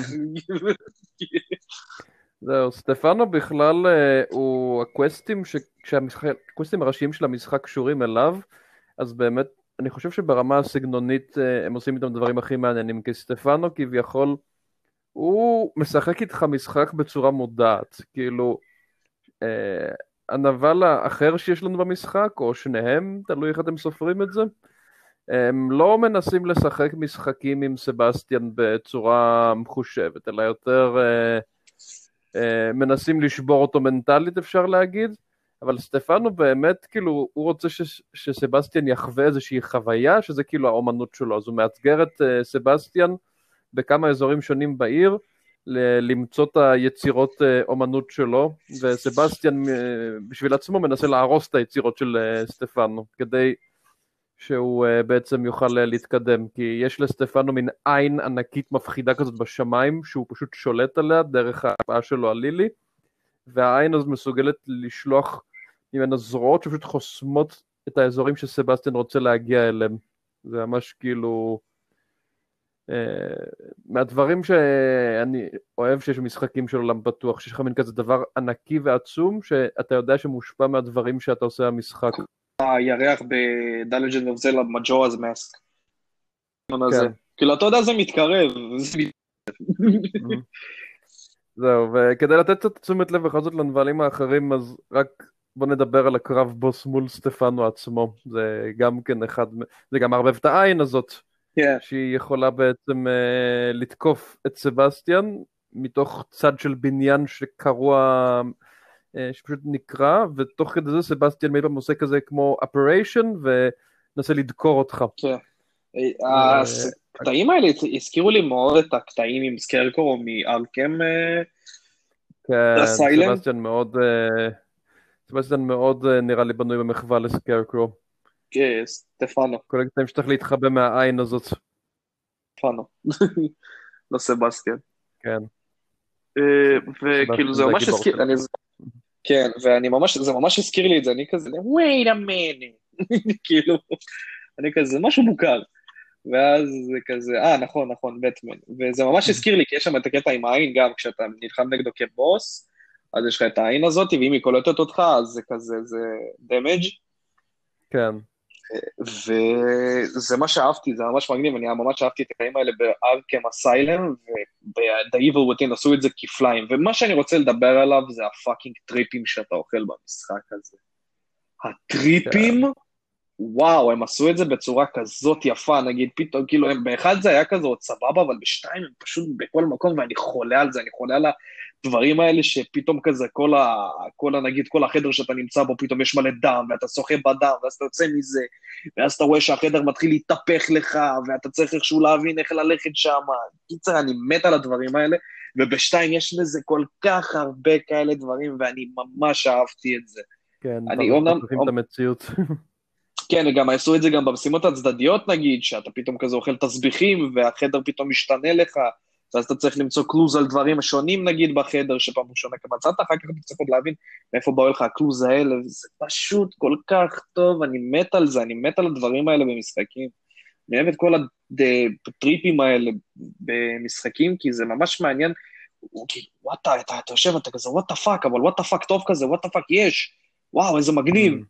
זהו, סטפנו בכלל הוא הקווסטים, הקווסטים הראשיים של המשחק קשורים אליו, אז באמת, אני חושב שברמה הסגנונית הם עושים איתם דברים הכי מעניינים, כי סטפנו כביכול, הוא משחק איתך משחק בצורה מודעת, כאילו, אה, הנבל האחר שיש לנו במשחק, או שניהם, תלוי איך אתם סופרים את זה, הם לא מנסים לשחק משחקים עם סבסטיאן בצורה מחושבת, אלא יותר אה, אה, מנסים לשבור אותו מנטלית, אפשר להגיד, אבל סטפנו באמת, כאילו, הוא רוצה ש- שסבסטיאן יחווה איזושהי חוויה, שזה כאילו האומנות שלו, אז הוא מאתגר את אה, סבסטיאן, בכמה אזורים שונים בעיר, ל- למצוא את היצירות אה, אומנות שלו, וסבסטיאן אה, בשביל עצמו מנסה להרוס את היצירות של אה, סטפנו, כדי שהוא uh, בעצם יוכל uh, להתקדם, כי יש לסטפנו מין עין ענקית מפחידה כזאת בשמיים, שהוא פשוט שולט עליה דרך ההשפעה שלו על לילי, והעין הזאת מסוגלת לשלוח ממנה זרועות שפשוט חוסמות את האזורים שסבסטיאן רוצה להגיע אליהם. זה ממש כאילו uh, מהדברים שאני אוהב שיש במשחקים של עולם פתוח, שיש לך מין כזה דבר ענקי ועצום, שאתה יודע שמושפע מהדברים שאתה עושה במשחק. הירח ב-Legend of Zelda Majora's Mask. כאילו, אתה יודע, זה מתקרב. זהו, וכדי לתת קצת תשומת לב וחזות לנבלים האחרים, אז רק בוא נדבר על הקרב בוס מול סטפנו עצמו. זה גם כן אחד, זה גם מערבב את העין הזאת, שהיא יכולה בעצם לתקוף את סבסטיאן, מתוך צד של בניין שקרוע... שפשוט נקרא, ותוך כדי זה סבסטיאן מי פעם עושה כזה כמו אופריישן, ונסה לדקור אותך. כן. הקטעים האלה הזכירו לי מאוד את הקטעים עם סקרקור, מאלקם כן, סבסטיאן מאוד, סבסטיאן מאוד נראה לי בנוי במחווה לסקרקור. כן, סטפנו. כל הקטעים שצריך להתחבא מהעין הזאת. סטפנו. לא סבסטיאן. כן. וכאילו זה ממש הזכיר... כן, ואני ממש, זה ממש הזכיר לי את זה, אני כזה, wait a minute, כאילו, אני כזה, משהו מוכר, ואז זה כזה, אה, נכון, נכון, בטמן. וזה ממש הזכיר לי, כי יש שם את הקטע עם העין גם, כשאתה נלחם נגדו כבוס, אז יש לך את העין הזאת, ואם היא קולטת אותך, אז זה כזה, זה דמג'. כן, וזה מה שאהבתי, זה ממש מגניב, אני ממש אהבתי את הקטעים האלה בארקם אסיילם, וב-The Evil Within עשו את זה כפליים, ומה שאני רוצה לדבר עליו זה הפאקינג טריפים שאתה אוכל במשחק הזה. הטריפים, כן. וואו, הם עשו את זה בצורה כזאת יפה, נגיד פתאום, כאילו, הם, באחד זה היה כזה עוד סבבה, אבל בשתיים הם פשוט בכל מקום, ואני חולה על זה, אני חולה על הדברים האלה שפתאום כזה, כל ה... כל ה... נגיד, כל החדר שאתה נמצא בו, פתאום יש מלא דם, ואתה שוחה בדם, ואז אתה יוצא מזה, ואז אתה רואה שהחדר מתחיל להתהפך לך, ואתה צריך איכשהו להבין איך ללכת שם. קיצר, אני מת על הדברים האלה, ובשתיים יש לזה כל כך הרבה כאלה דברים, ואני ממש אהבתי את זה. כן, אני דברים אומנם, שצריכים את המציאות. כן, גם עשו את זה גם במשימות הצדדיות נגיד, שאתה פתאום כזה אוכל תסביכים, והחדר פתאום משתנה לך, ואז אתה צריך למצוא קלוז על דברים שונים נגיד בחדר, שפעם הוא שונה כמצאת, אחר כך אתה צריך עוד להבין מאיפה באו לך הקלוז האלה, וזה פשוט כל כך טוב, אני מת על זה, אני מת על הדברים האלה במשחקים. אני אוהב את כל הטריפים האלה במשחקים, כי זה ממש מעניין, כי וואטה, אתה, אתה יושב, אתה כזה, וואטה פאק, אבל וואטה פאק טוב כזה, וואטה פאק יש, וואו, איזה מגניב. Mm,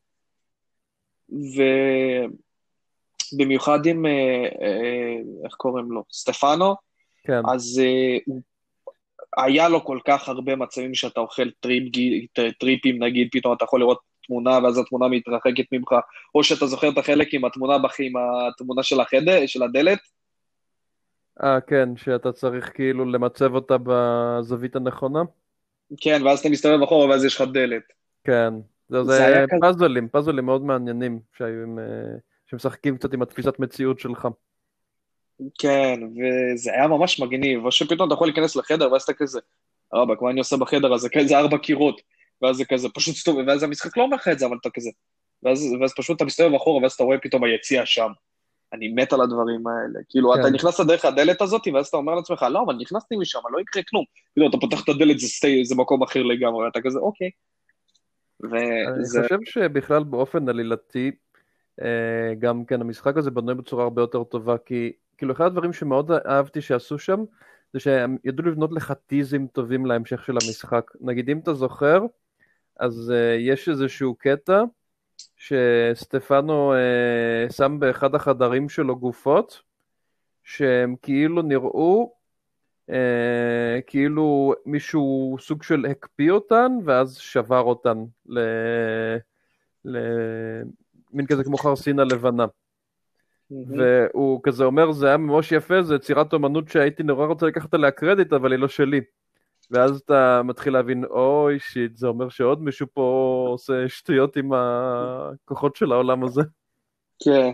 ובמיוחד עם, אה, אה, איך קוראים לו? סטפנו, כן, אז אה, הוא- היה לו כל כך הרבה מצבים שאתה אוכל טריפ, גי- ט- טריפים, נגיד, פתאום אתה יכול לראות תמונה, ואז התמונה מתרחקת ממך, או שאתה זוכר את החלק עם התמונה בכי, עם התמונה של החדר, של הדלת, אה, כן, שאתה צריך כאילו למצב אותה בזווית הנכונה. כן, ואז אתה מסתובב אחורה, ואז יש לך דלת. כן, זה, זה היה זה כזה, פאזלים, פאזלים מאוד מעניינים שהיו עם, אה, שמשחקים קצת עם התפיסת מציאות שלך. כן, וזה היה ממש מגניב, או שפתאום אתה יכול להיכנס לחדר, ואז אתה כזה, רבאק, מה אני עושה בחדר הזה? כזה ארבע קירות, ואז זה כזה, פשוט סתום, ואז המשחק לא אומר לך את זה, אבל אתה כזה, ואז, ואז פשוט אתה מסתובב אחורה, ואז אתה רואה פתאום היציאה שם. אני מת על הדברים האלה. כאילו, אתה כן, נכנס לדרך הדלת הזאת, ואז אתה אומר לעצמך, לא, אבל נכנסתי משם, לא יקרה כלום. כאילו, אתה פותח את הדלת, זה, סטי, זה מקום אחר לגמרי, אתה כזה, אוקיי. אני וזה, חושב שבכלל באופן עלילתי, אה, גם כן המשחק הזה בנוי בצורה הרבה יותר טובה, כי כאילו אחד הדברים שמאוד אהבתי שעשו שם, זה שהם ידעו לבנות לך טיזים טובים להמשך של המשחק. נגיד אם אתה זוכר, אז uh, יש איזשהו קטע שסטפנו uh, שם באחד החדרים שלו גופות, שהם כאילו נראו uh, כאילו מישהו סוג של הקפיא אותן, ואז שבר אותן ל... ל... מין כזה כמו חרסינה לבנה. והוא כזה אומר, זה היה ממש יפה, זה יצירת אומנות שהייתי נורא רוצה לקחת עליה קרדיט, אבל היא לא שלי. ואז אתה מתחיל להבין, אוי שיט, זה אומר שעוד מישהו פה עושה שטויות עם הכוחות של העולם הזה. כן,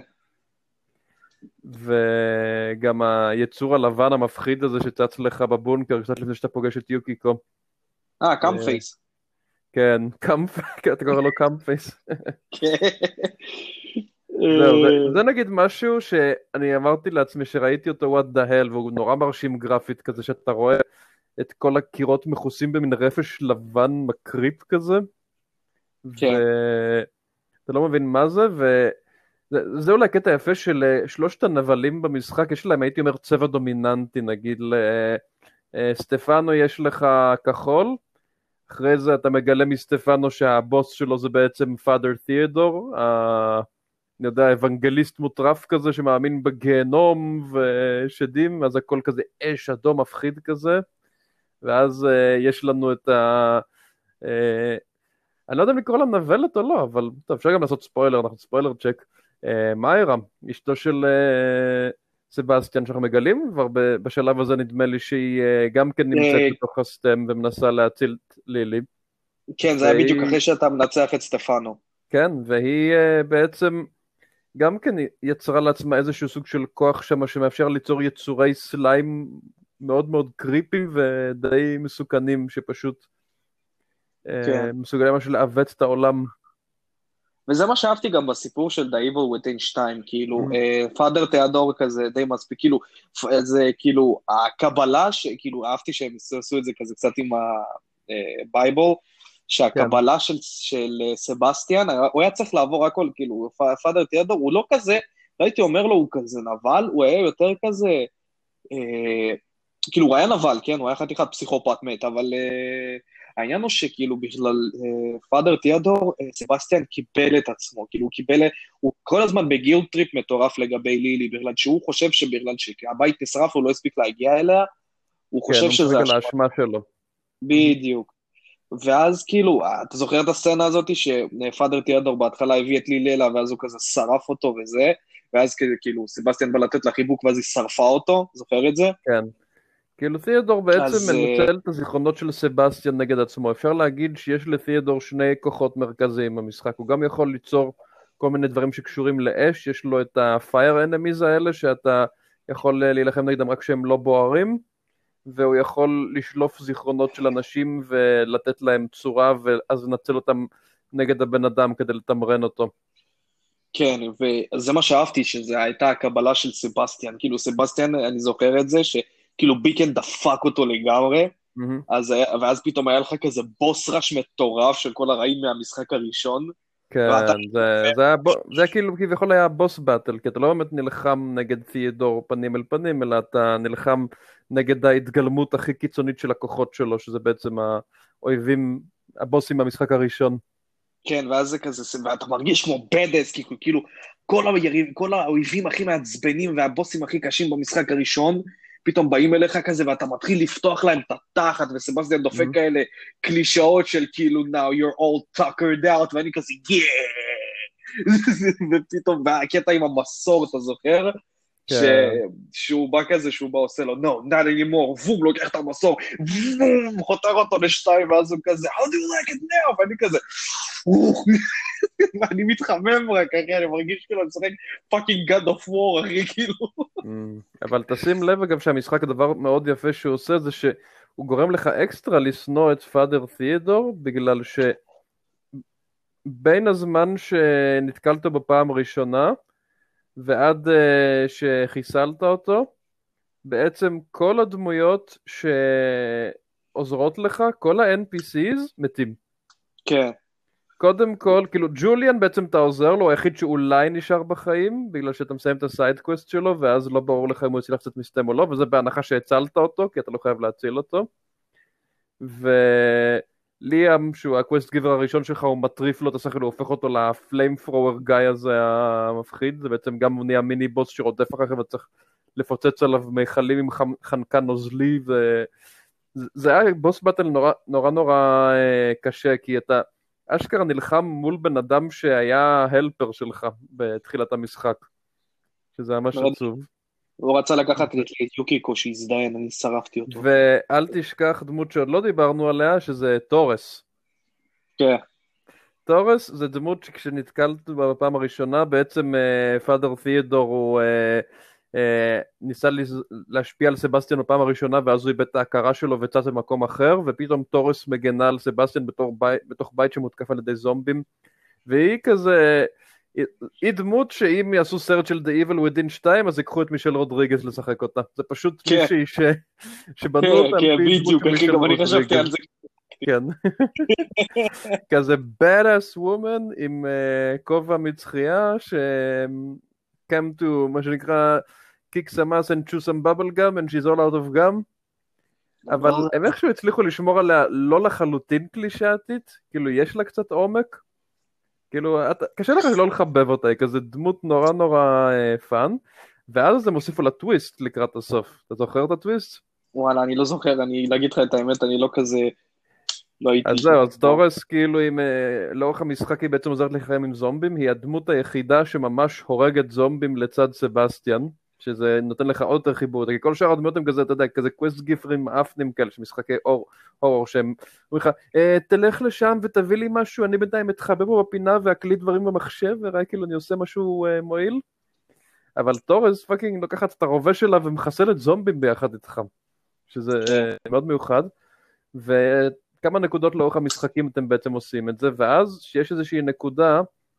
וגם היצור הלבן המפחיד הזה שצץ לך בבונקר, קצת לפני שאתה פוגש את יוקיקו. אה, קאמפייס. כן, קאמפ... אתה קורא לו קאמפייס. כן. זהו, זה, זה נגיד משהו שאני אמרתי לעצמי שראיתי אותו what the hell, והוא נורא מרשים גרפית כזה, שאתה רואה את כל הקירות מכוסים במין רפש לבן מקריפ כזה, כן. ואתה לא מבין מה זה, וזה אולי קטע יפה של שלושת הנבלים במשחק, יש להם, הייתי אומר, צבע דומיננטי, נגיד לסטפנו יש לך כחול, אחרי זה אתה מגלה מסטפנו שהבוס שלו זה בעצם פאדר תיאודור, אני יודע, אבנגליסט מוטרף כזה שמאמין בגיהנום ושדים, אז הכל כזה אש אדום מפחיד כזה, ואז uh, יש לנו את ה... Uh, אני לא יודע אם לקרוא לה נבלת או לא, אבל טוב, אפשר גם לעשות ספוילר, אנחנו ספוילר צ'ק. Uh, מאיירה, אשתו של uh, סבסטיאן שאנחנו מגלים, כבר בשלב הזה נדמה לי שהיא uh, גם כן נמצאת בתוך הסטם ומנסה להציל את לילי. כן, זה היה בדיוק אחרי שאתה מנצח את סטפנו. כן, והיא uh, בעצם... גם כן יצרה לעצמה איזשהו סוג של כוח שם שמאפשר ליצור יצורי סליים מאוד מאוד קריפים ודי מסוכנים שפשוט כן. אה, מסוגלים משהו לעוות את העולם. וזה מה שאהבתי גם בסיפור של The Evil Within שתיים, כאילו, פאדר תיאדור כזה די מספיק, כאילו, זה כאילו, הקבלה, כאילו, אהבתי שהם עשו את זה כזה קצת עם הבייבל, שהקבלה של, של סבסטיאן, הוא היה צריך לעבור הכל, כאילו, פאדר תיאדור, הוא לא כזה, לא הייתי אומר לו הוא כזה נבל, הוא היה יותר כזה, אה, כאילו הוא היה נבל, כן, הוא היה חתיכת פסיכופת מת, אבל אה, העניין הוא שכאילו בכלל, אה, פאדר תיאדור, אה, סבסטיאן קיבל את עצמו, כאילו הוא קיבל, הוא כל הזמן בגילד טריפ מטורף לגבי לילי, בגלל שהוא חושב שבגלל שהבית נשרף, הוא לא הספיק להגיע אליה, הוא כן, חושב הוא שזה משחק על האשמה שלו. בדיוק. ואז כאילו, אתה זוכר את הסצנה הזאת שפאדר תיאדור בהתחלה הביא את לילה, ואז הוא כזה שרף אותו וזה, ואז כאילו סבסטיאן בא לתת לה חיבוק ואז היא שרפה אותו, זוכר את זה? כן. כאילו תיאדור בעצם אז, מנצל את הזיכרונות של סבסטיאן נגד עצמו. אפשר להגיד שיש לתיאדור שני כוחות מרכזיים במשחק. הוא גם יכול ליצור כל מיני דברים שקשורים לאש, יש לו את ה-fire enemies האלה שאתה יכול להילחם נגדם רק שהם לא בוערים, והוא יכול לשלוף זיכרונות של אנשים ולתת להם צורה, ואז לנצל אותם נגד הבן אדם כדי לתמרן אותו. כן, וזה מה שאהבתי, שזה הייתה הקבלה של סבסטיאן, כאילו סבסטיאן, אני זוכר את זה, שכאילו ביקן דפק אותו לגמרי, Mm-hmm. אז היה, ואז פתאום היה לך כזה בוס רש מטורף של כל הרעים מהמשחק הראשון. כן, ואתה... זה, זה, היה, זה כאילו כביכול היה בוס באטל, כי אתה לא באמת נלחם נגד תיאדור פנים אל פנים, אלא אתה נלחם נגד ההתגלמות הכי קיצונית של הכוחות שלו, שזה בעצם האויבים, הבוסים במשחק הראשון. כן, ואז זה כזה, ואתה מרגיש כמו בדס, כאילו, כאילו כל, היריב, כל האויבים הכי מעצבנים והבוסים הכי קשים במשחק הראשון, פתאום באים אליך כזה, ואתה מתחיל לפתוח להם את התחת, וסבסטיאן דופק mm-hmm. כאלה קלישאות של כאילו, now you're all tuckered out, ואני כזה, yeah! ופתאום, והקטע עם המסור, אתה זוכר? ש... שהוא בא כזה, שהוא בא עושה לו, no, not anymore, וום, לוקח את המסור, וום, חותר אותו לשתיים, ואז הוא כזה, how do you like it now? ואני כזה, ואני מתחמם רק, אחי, אני מרגיש כאילו, אני משחק fucking God of War, אחי, כאילו. אבל תשים לב אגב שהמשחק, הדבר מאוד יפה שהוא עושה, זה שהוא גורם לך אקסטרה לשנוא את פאדר תיאדור, בגלל שבין הזמן שנתקלת בפעם הראשונה, ועד uh, שחיסלת אותו, בעצם כל הדמויות שעוזרות לך, כל ה-אן פי סיז מתים. כן. קודם כל, כאילו ג'וליאן בעצם אתה עוזר לו, הוא היחיד שאולי נשאר בחיים, בגלל שאתה מסיים את הסיידקווסט שלו, ואז לא ברור לך אם הוא יוצא לך קצת מסתם או לא, וזה בהנחה שהצלת אותו, כי אתה לא חייב להציל אותו. וליאם, שהוא הקווסט גיבר הראשון שלך, הוא מטריף לו את השכל, הוא הופך אותו לפליים פרוור גאי הזה המפחיד, זה בעצם גם הוא נהיה מיני בוס שרודף אחריך, וצריך לפוצץ עליו מיכלים עם חנקן נוזלי, וזה היה בוס באטל נורא נורא, נורא קשה, כי אתה אשכרה נלחם מול בן אדם שהיה הלפר שלך בתחילת המשחק, שזה ממש עצוב. הוא רצה לקחת את יוקיקו שהזדיין, אני שרפתי אותו. ואל תשכח דמות שעוד לא דיברנו עליה, שזה טורס. כן. טורס זה דמות שכשנתקלת בפעם הראשונה, בעצם פאדר תיאדור הוא ניסה להשפיע על סבסטיאן בפעם הראשונה, ואז הוא איבד את ההכרה שלו וצץ במקום אחר, ופתאום טורס מגנה על סבסטיאן בתוך בית שמותקף על ידי זומבים, והיא כזה, היא דמות שאם יעשו סרט של The Evil Within שתיים, אז יקחו את מישל רודריגז לשחק אותה. זה פשוט מישהי שבנו אותה. כן, בדיוק, אחי, גם אני חשבתי על זה. כן. כזה badass woman עם כובע מצחייה, ש... came to, מה שנקרא, kick some ass and chew some bubble gum and she's all out of gum. אבל הם איכשהו הצליחו לשמור עליה לא לחלוטין קלישאתית, כאילו יש לה קצת עומק, כאילו קשה לך לא לחבב אותה, היא כזה דמות נורא נורא פאן, ואז הם הוסיפו לה טוויסט לקראת הסוף. אתה זוכר את הטוויסט? וואלה, אני לא זוכר, אני להגיד לך את האמת, אני לא כזה, לא הייתי... אז זהו, אז טורס כאילו עם, לאורך המשחק היא בעצם עוזרת לחיים עם זומבים, היא הדמות היחידה שממש הורגת זומבים לצד סבסטיאן, שזה נותן לך עוד יותר חיבור, כי כל שאר הדמות הם כזה, אתה יודע, כזה קווסט גיפרים אפנים כאלה, שמשחקי הורור, שהם אומרים לך, תלך לשם ותביא לי משהו, אני בינתיים מתחבא פה בפינה והקליט דברים במחשב, וראה כאילו אני עושה משהו מועיל, אבל טורס פאקינג לוקחת את הרובה שלה ומחסלת זומבים ביחד איתך, שזה מאוד מיוחד, וכמה נקודות לאורך המשחקים אתם בעצם עושים את זה, ואז שיש איזושהי נקודה,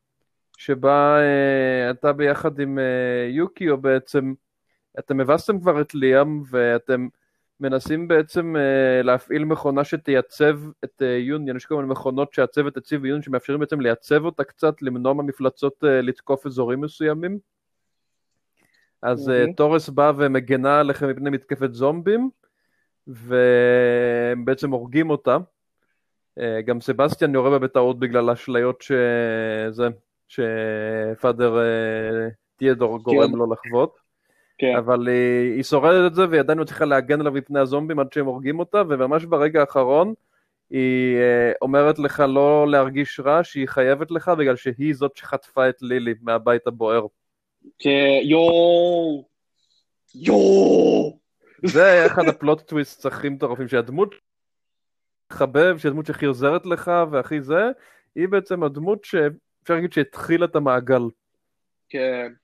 שבה uh, אתה ביחד עם uh, יוקיו בעצם, אתם הבסתם כבר את ליאם, ואתם מנסים בעצם uh, להפעיל מכונה שתייצב את uh, יוניון, יש כל מיני מכונות שהצוות הציב יוניון, שמאפשרים בעצם לייצב אותה קצת, למנוע מהמפלצות uh, לתקוף אזורים מסוימים. אז uh, מהמם. תורס בא ומגנה עליכם מפני מתקפת זומבים, והם בעצם הורגים אותה. Uh, גם סבסטיאן יורה בה בטעות בגלל האשליות שזה, שפאדר uh, תיאדור גורם תיאדור. לו לחוות. כן. אבל היא, היא שורדת את זה, והיא עדיין צריכה להגן עליו מפני הזומבים עד שהם הורגים אותה, וממש ברגע האחרון היא uh, אומרת לך לא להרגיש רע, שהיא חייבת לך, בגלל שהיא זאת שחטפה את לילי מהבית הבוער. כן, יואו. יואו. זה היה אחד הפלוט טוויסט הכי מטורפים, שהדמות חבב, שהדמות שכי עוזרת לך והכי זה, היא בעצם הדמות שאפשר להגיד שהתחילה את המעגל. כן.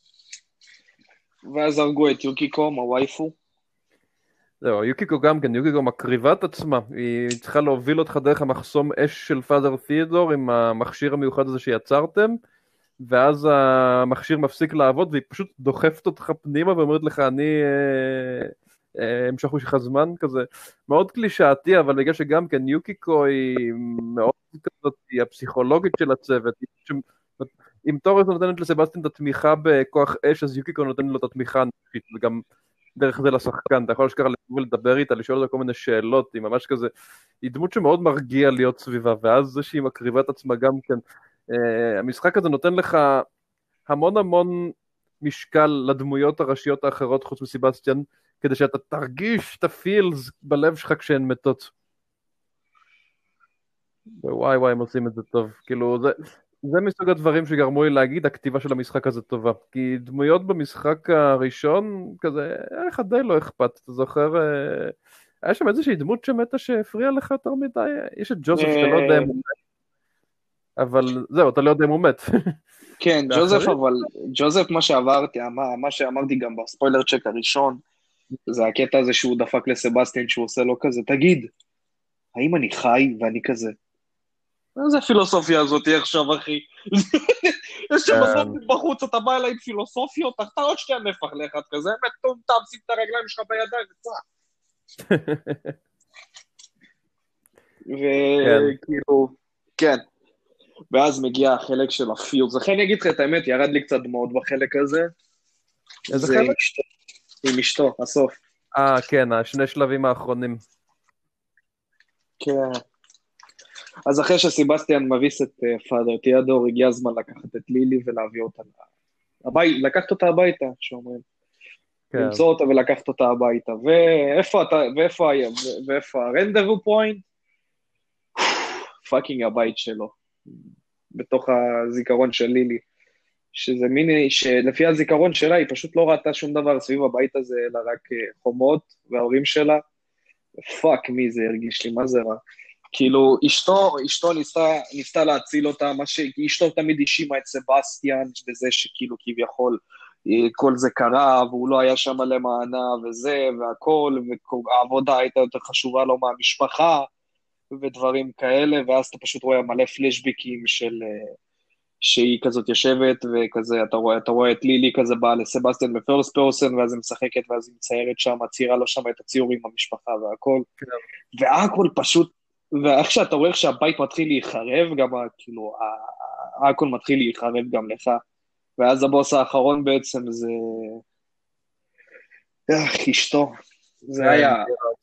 ואז הרגו את יוקיקו, הווייפו. זהו, יוקיקו גם כן, יוקיקו מקריבה את עצמה, היא צריכה להוביל אותך דרך המחסום אש של פאדר תיאדור עם המכשיר המיוחד הזה שיצרתם, ואז המכשיר מפסיק לעבוד והיא פשוט דוחפת אותך פנימה ואומרת לך אני אה, אה, המשכו שלך זמן כזה, מאוד קלישאתי, אבל בגלל שגם כן יוקיקו היא מאוד כזאת, היא הפסיכולוגית של הצוות, היא ש... אם תורס נותנת לסבסטיאן את התמיכה בכוח אש, אז יוקיקו נותנת לו את התמיכה הנפשית, וגם דרך זה לשחקן, אתה יכול לשכח לדבר איתה, לשאול אותה כל מיני שאלות, היא ממש כזה, היא דמות שמאוד מרגיע להיות סביבה, ואז זה שהיא מקריבה את עצמה גם כן, uh, המשחק הזה נותן לך המון המון משקל לדמויות הראשיות האחרות חוץ מסבסטיאן, כדי שאתה תרגיש את הפילס בלב שלך כשהן מתות. וואי וואי הם עושים את זה טוב, כאילו זה... זה מסוג הדברים שגרמו לי להגיד, הכתיבה של המשחק הזה טובה. כי דמויות במשחק הראשון, כזה, היה לך די לא אכפת. אתה זוכר, היה שם איזושהי דמות שמתה שהפריעה לך יותר מדי. יש את ג'וזף שאתה לא יודע אם הוא מת. אבל זהו, אתה לא יודע אם הוא מת. כן, ג'וזף, אבל ג'וזף מה שעברתי, מה שאמרתי גם בספוילר צ'ק הראשון, זה הקטע הזה שהוא דפק לסבסטיאן, שהוא עושה לו כזה, תגיד, האם אני חי ואני כזה? איזה פילוסופיה הזאת עכשיו, אחי? יש שם בסוף בחוץ, אתה בא אליי עם פילוסופיות, אתה עוד שתי הנפח לאחד כזה, מטומטם, שים את הרגליים שלך בידיים, וצא. וכאילו, כן. ואז מגיע החלק של הפיוז. לכן אני אגיד לך את האמת, ירד לי קצת דמעות בחלק הזה. איזה חלק? עם אשתו, הסוף. אה, כן, השני שלבים האחרונים. כן. אז אחרי שסבסטיאן מביס את פאדר תיאדור, הגיע הזמן לקחת את לילי ולהביא אותה הביתה, לקחת אותה הביתה, שאומרים. למצוא אותה ולקחת אותה הביתה. ואיפה אתה, ואיפה היה, ואיפה הרנדרו פוינט? פאקינג הבית שלו. בתוך הזיכרון של לילי. שזה מיני, שלפי הזיכרון שלה, היא פשוט לא ראתה שום דבר סביב הבית הזה, אלא רק חומות וההורים שלה. פאק מי זה הרגיש לי, מה זה רע? כאילו, אשתו, אשתו ניסתה, ניסתה להציל אותה, מה שאשתו תמיד האשימה את סבסטיאן, בזה שכאילו כביכול כל זה קרה, והוא לא היה שם למענה, וזה, והכל, והעבודה הייתה יותר חשובה לו מהמשפחה, ודברים כאלה, ואז אתה פשוט רואה מלא פלשביקים של, שהיא כזאת יושבת, וכזה, אתה רואה, אתה רואה את לילי כזה באה לסבסטיאן בפרסט פרסן, ואז היא משחקת, ואז היא מציירת שם, ציירה לו שם את הציורים במשפחה והכל, והכל פשוט, ואיך שאתה רואה איך שהבית מתחיל להיחרב, גם כאילו, הכל מתחיל להיחרב גם לך, ואז הבוס האחרון בעצם זה, איך, אשתו, זה היה,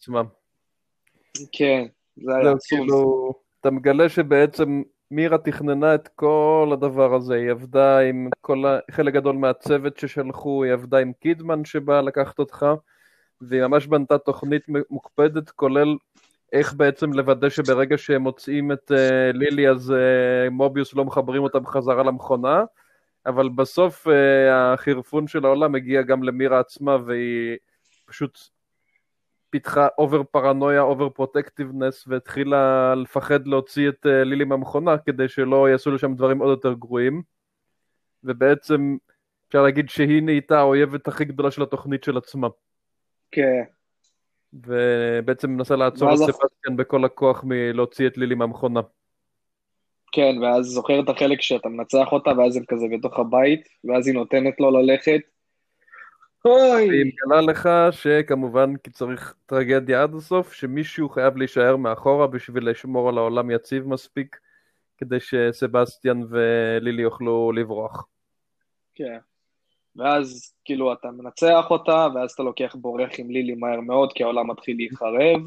כן, זה היה עצוב. אתה מגלה שבעצם מירה תכננה את כל הדבר הזה, היא עבדה עם כל, חלק גדול מהצוות ששלחו, היא עבדה עם קידמן שבא לקחת אותך, והיא ממש בנתה תוכנית מוקפדת, כולל איך בעצם לוודא שברגע שהם מוצאים את uh, לילי, אז uh, מוביוס לא מחברים אותה בחזרה למכונה, אבל בסוף uh, החירפון של העולם מגיע גם למירה עצמה, והיא פשוט פיתחה אובר פרנויה, אובר פרוטקטיבנס, והתחילה לפחד להוציא את uh, לילי מהמכונה, כדי שלא יעשו לשם דברים עוד יותר גרועים, ובעצם אפשר להגיד שהיא נהייתה האויבת הכי גדולה של התוכנית של עצמה. כן. ובעצם מנסה לעצור את סבסטיאן בכל הכוח מלהוציא את לילי מהמכונה. כן, ואז זוכר את החלק שאתה מנצח אותה, ואז הם כזה בתוך הבית, ואז היא נותנת לו ללכת. אוי! והיא מגלה לך שכמובן, כי צריך טרגדיה עד הסוף, שמישהו חייב להישאר מאחורה בשביל לשמור על העולם יציב מספיק, כדי שסבסטיאן ולילי יוכלו לברוח. כן. ואז כאילו אתה מנצח אותה, ואז אתה לוקח בורח עם לילי מהר מאוד, כי העולם מתחיל להיחרב,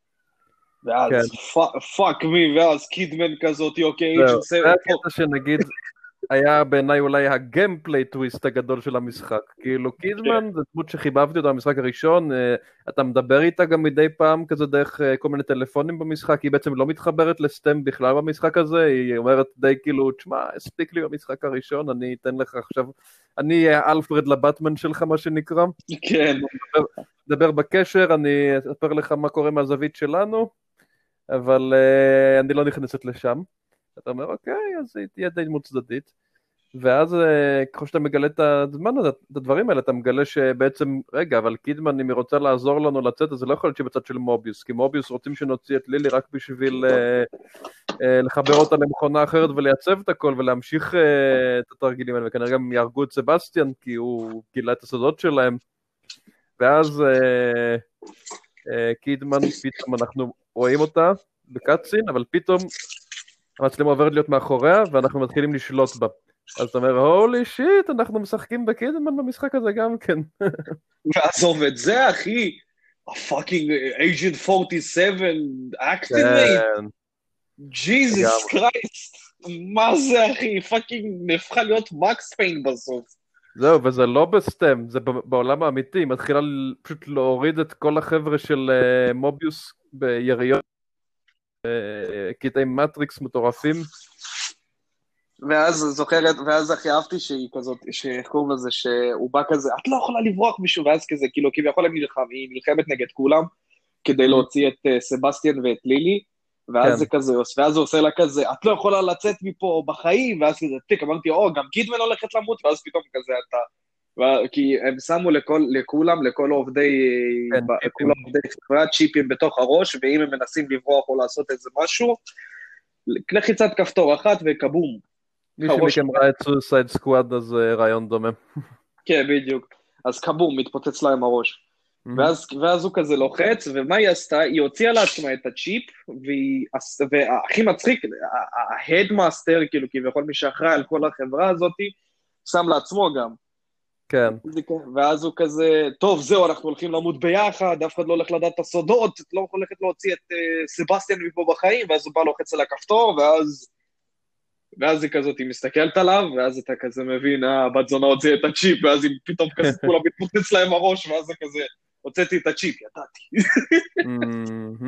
כן, ואז פאק מי, ואז קידמן כזאת, אוקיי, זהו. אייג'נט זה סבן, הקטע שנגיד היה בעיניי אולי הגיימפליי טוויסט הגדול של המשחק. כאילו קידמן זה דמות שחיבבתי אותה במשחק הראשון, אה, אתה מדבר איתה גם מדי פעם כזה דרך אה, כל מיני טלפונים במשחק, היא בעצם לא מתחברת לסטם בכלל במשחק הזה, היא אומרת די כאילו, תשמע, הספיק לי במשחק הראשון, אני אתן לך עכשיו, אני אהיה אלפרד לבטמן שלך מה שנקרא, כן, נדבר, נדבר בקשר, אני אספר לך מה קורה מהזווית שלנו, אבל אה, אני לא נכנסת לשם. אתה אומר, אוקיי, אז היא תהיה די דמות צדדית. ואז אה, ככל שאתה מגלה את הזמן הזה, את הדברים האלה, אתה מגלה שבעצם, רגע, אבל קידמן, אם היא רוצה לעזור לנו לצאת, אז זה לא יכול להיות שהיא בצד של מוביוס, כי מוביוס רוצים שנוציא את לילי רק בשביל אה, אה, לחבר אותה למכונה אחרת ולייצב את הכל ולהמשיך אה, את התרגילים האלה, וכנראה גם יהרגו את סבסטיאן, כי הוא גילה את הסודות שלהם. ואז אה, אה, קידמן, פתאום אנחנו רואים אותה בקאטסין, אבל פתאום המצלמה עוברת להיות מאחוריה, ואנחנו מתחילים לשלוט בה. אז אתה אומר, הולי שיט, אנחנו משחקים בקידמן במשחק הזה גם כן. ועזוב את זה, אחי, הפאקינג אייג'נט ארבעים ושבע, אקטיבייט, כן, ג'יזוס לגמרי. קרייסט, מה זה, אחי, פאקינג נהפכה להיות מקס פיין בסוף. זהו, וזה לא בסטם, זה ב- בעולם האמיתי, היא מתחילה ל- פשוט להוריד את כל החבר'ה של אה, מוביוס ביריות, אה, קטעי מטריקס מטורפים. ואז זוכרת, ואז הכי אהבתי שהיא כזאת, שאיך קוראים לזה, שהוא בא כזה, את לא יכולה לברוח מישהו, ואז כזה, כאילו, כביכול הם נלחם, היא נלחמת נגד כולם, כדי Mm, להוציא את uh, סבסטיאן ואת לילי, ואז כן, זה כזה, ואז הוא עושה לה כזה, את לא יכולה לצאת מפה בחיים, ואז כזה, תיק, אמרתי, או, גם קידמן הולכת למות, ואז פתאום כזה אתה, ו... כי הם שמו לכל, לכולם, לכל עובדי, כן, כולם טיפים. עובדי חברה, צ'יפים בתוך הראש, ואם הם מנסים לברוח או לעשות איזה משהו, לחיצת כפתור אחת וכבום, מי הראש. שמכם ראה את סוסייד סקוואד, אז אה, רעיון דומה. כן, בדיוק. אז כבום, מתפוצץ להם הראש. מהמם. ואז, ואז הוא כזה לוחץ, ומה היא עשתה? היא הוציאה לעצמה את הצ'יפ, והיא, והכי מצחיק, ההדמאסטר, כאילו, כביכול מי שאחראי על כל החברה הזאת, שם לעצמו גם. כן. ואז הוא כזה, טוב, זהו, אנחנו הולכים למות ביחד, אף אחד לא הולך לדעת את הסודות, את לא הולכת להוציא את uh, סבסטיאן מפה בחיים, ואז הוא בא לוחץ על הכפתור, ואז... ואז היא כזאת, היא מסתכלת עליו, ואז אתה כזה מבין, אה, הבת זונה הוציאה את הצ'יפ, ואז היא פתאום כזה, כולה מתפוצץ להם הראש, ואז זה כזה, הוצאתי את הצ'יפ, ידעתי. מהמם.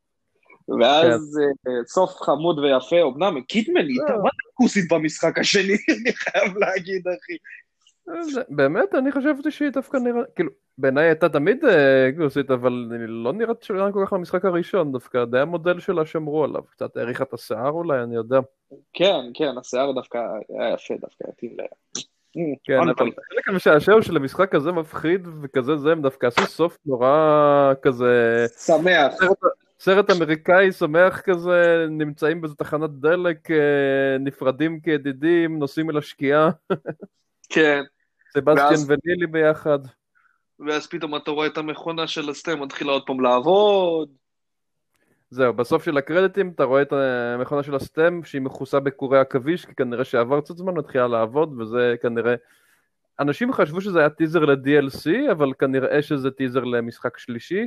כן. ואז אה, סוף חמוד ויפה, אמנם קידמן איתה, מה זה כוסית במשחק השני, אני חייב להגיד, אחי. זה- באמת, אני חשבתי שהיא דווקא נראית, כאילו, בעיניי הייתה תמיד אה, גוסית, אבל אני לא נראית שהיא כל כך למשחק הראשון, דווקא די המודל שלה שמרו עליו, קצת האריכה את השיער אולי, אני יודע. כן, כן, השיער דווקא היה יפה, דווקא התאים ל... כן, אבל אנטל. החלק המשעשע הוא שלמשחק כזה מפחיד וכזה זה, הם דווקא עשו סוף נורא כזה, שמח, סרט, סרט אמריקאי שמח כזה, נמצאים באיזה תחנת דלק, אה, נפרדים כידידים, נוסעים אל השקיעה, כן. סבסטיאן ואז, ונילי ביחד. ואז פתאום אתה רואה את המכונה של הסטם מתחילה עוד פעם לעבוד. זהו, בסוף של הקרדיטים אתה רואה את המכונה של הסטם שהיא מכוסה בקורי עכביש, כי כנראה שעבר קצת זמן מתחילה לעבוד, וזה כנראה... אנשים חשבו שזה היה טיזר ל-די אל סי, אבל כנראה שזה טיזר למשחק שלישי,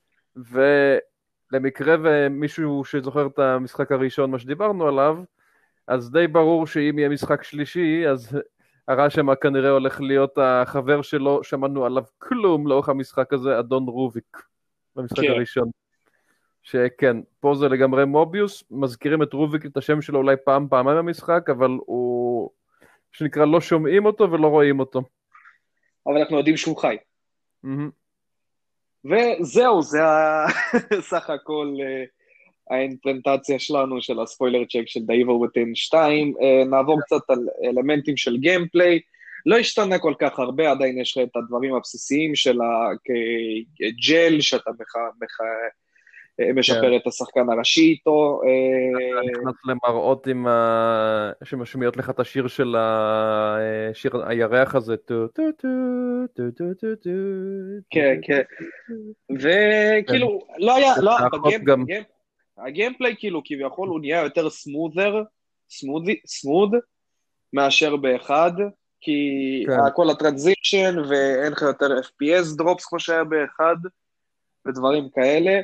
ולמקרה ומישהו שזוכר את המשחק הראשון, מה שדיברנו עליו, אז די ברור שאם יהיה משחק שלישי, אז הרע שמה כנראה הולך להיות החבר שלו, שמענו עליו כלום לאורך המשחק הזה, אדון רוביק, במשחק כן. הראשון. שכן, פה זה לגמרי מוביוס, מזכירים את רוביק, את השם שלו אולי פעם, פעמיים במשחק, אבל הוא, שנקרא, לא שומעים אותו ולא רואים אותו. אבל אנחנו יודעים שהוא חי. מהמם. וזהו, זה ה- סך הכל אה, האינפרנטציה שלנו של הספוילר צ'ק של The Evil Within שתיים. אה, נעבור קצת על אלמנטים של גיימפליי. לא השתנה כל כך הרבה, עדיין יש לך את הדברים הבסיסיים של הג'ל, שאתה מח... מח... משפר את השחקן הראשי איתו. אתה נכנס למראות עם ה... שמשמיעות לך את השיר של השיר הירח הזה. טו טו טו טו טו טו טו. כן, כן. וכאילו, לא היה, לא, האחות גם. הגיימפליי כאילו כביכול הוא נהיה יותר סמות'ר, סמודי, סמוד, מאשר באחד. כי כן. כל הטרנזישן, ואין לך יותר אף פי אס דרופס כמו שהיה באחד, ודברים כאלה,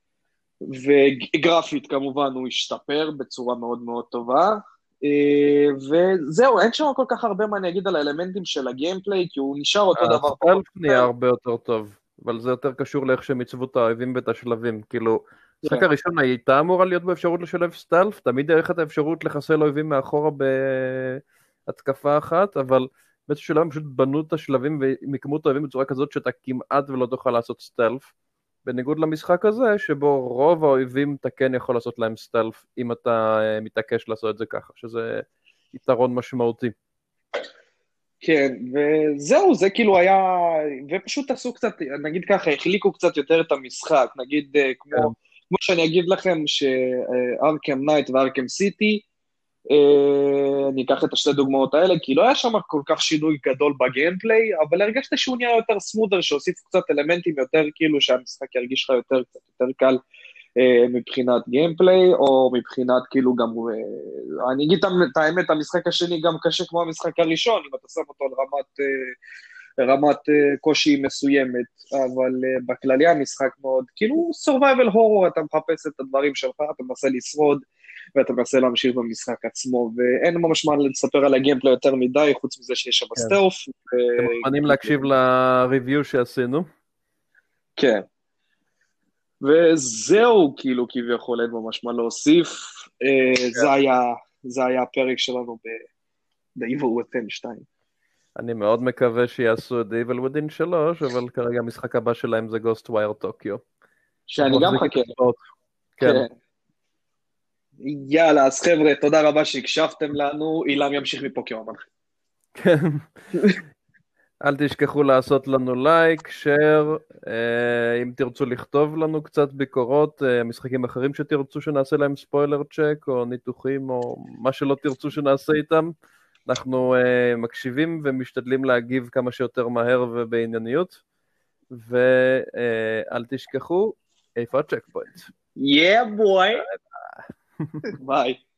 וגרפית כמובן הוא השתפר בצורה מאוד מאוד טובה, וזהו, אין שם כל כך הרבה מה אני אגיד על האלמנטים של הגיימפליי, כי הוא נשאר אותו דבר פחות. הסטלף נהיה הרבה יותר טוב, אבל זה יותר קשור לאיך שהם עיצבו את האויבים ואת השלבים, כאילו, המשחק הראשון הייתה אמורה להיות באפשרות לשלב סטלף, תמיד היה לך את האפשרות לחסל אויבים מאחורה בהתקפה אחת, אבל באיזשהו שלב הם פשוט בנו את השלבים ומיקמו את האויבים בצורה כזאת שאתה כמעט ולא תוכל לעשות סטלף, בניגוד למשחק הזה, שבו רוב האויבים אתה כן יכול לעשות להם סטלף, אם אתה מתעקש לעשות את זה ככה, שזה יתרון משמעותי. כן, וזהו, זה כאילו היה, ופשוט עשו קצת, נגיד ככה, החליקו קצת יותר את המשחק, נגיד כמו, כן. כמו שאני אגיד לכם שארקם נייט וארקם סיטי, אני אקח את השתי דוגמאות האלה, כי לא היה שם כל כך שינוי גדול בגיימפליי, אבל הרגשת שהוא נהיה יותר סמודר, שהוסיפו קצת אלמנטים יותר כאילו שהמשחק ירגיש לך יותר, קצת יותר קל מבחינת גיימפליי, או מבחינת כאילו גם, אני אגיד את האמת, המשחק השני גם קשה כמו המשחק הראשון, אם אתה שם אותו על רמת, רמת קושי מסוימת, אבל בכללי המשחק מאוד, כאילו survival horror, אתה מחפש את הדברים שלך, אתה מנסה לשרוד, ואתה מנסה להמשיך במשחק עצמו, ואין ממש מה לספר על הגיימפליי יותר מדי, חוץ מזה שיש שם סטלף. אתם מוכנים להקשיב לריוויו שעשינו? כן. וזהו, כאילו, כביכול אין ממש מה להוסיף. זה היה הפרק שלנו ב-Evil Within שתיים. אני מאוד מקווה שיעשו את Evil Within שלוש, אבל כרגע המשחק הבא שלהם זה Ghostwire Tokyo. שאני גם חכה. כן. יאללה, אז חבר'ה, תודה רבה שהקשבתם לנו, אילם ימשיך מפוקימון. כן. אל תשכחו לעשות לנו לייק, שייר, אם תרצו לכתוב לנו קצת ביקורות, משחקים אחרים שתרצו שנעשה להם ספוילר צ'ק, או ניתוחים, או מה שלא תרצו שנעשה איתם, אנחנו מקשיבים ומשתדלים להגיב כמה שיותר מהר ובענייניות, ואל תשכחו, איפה הצ'ק פוינט? Yeah, boy. Bye.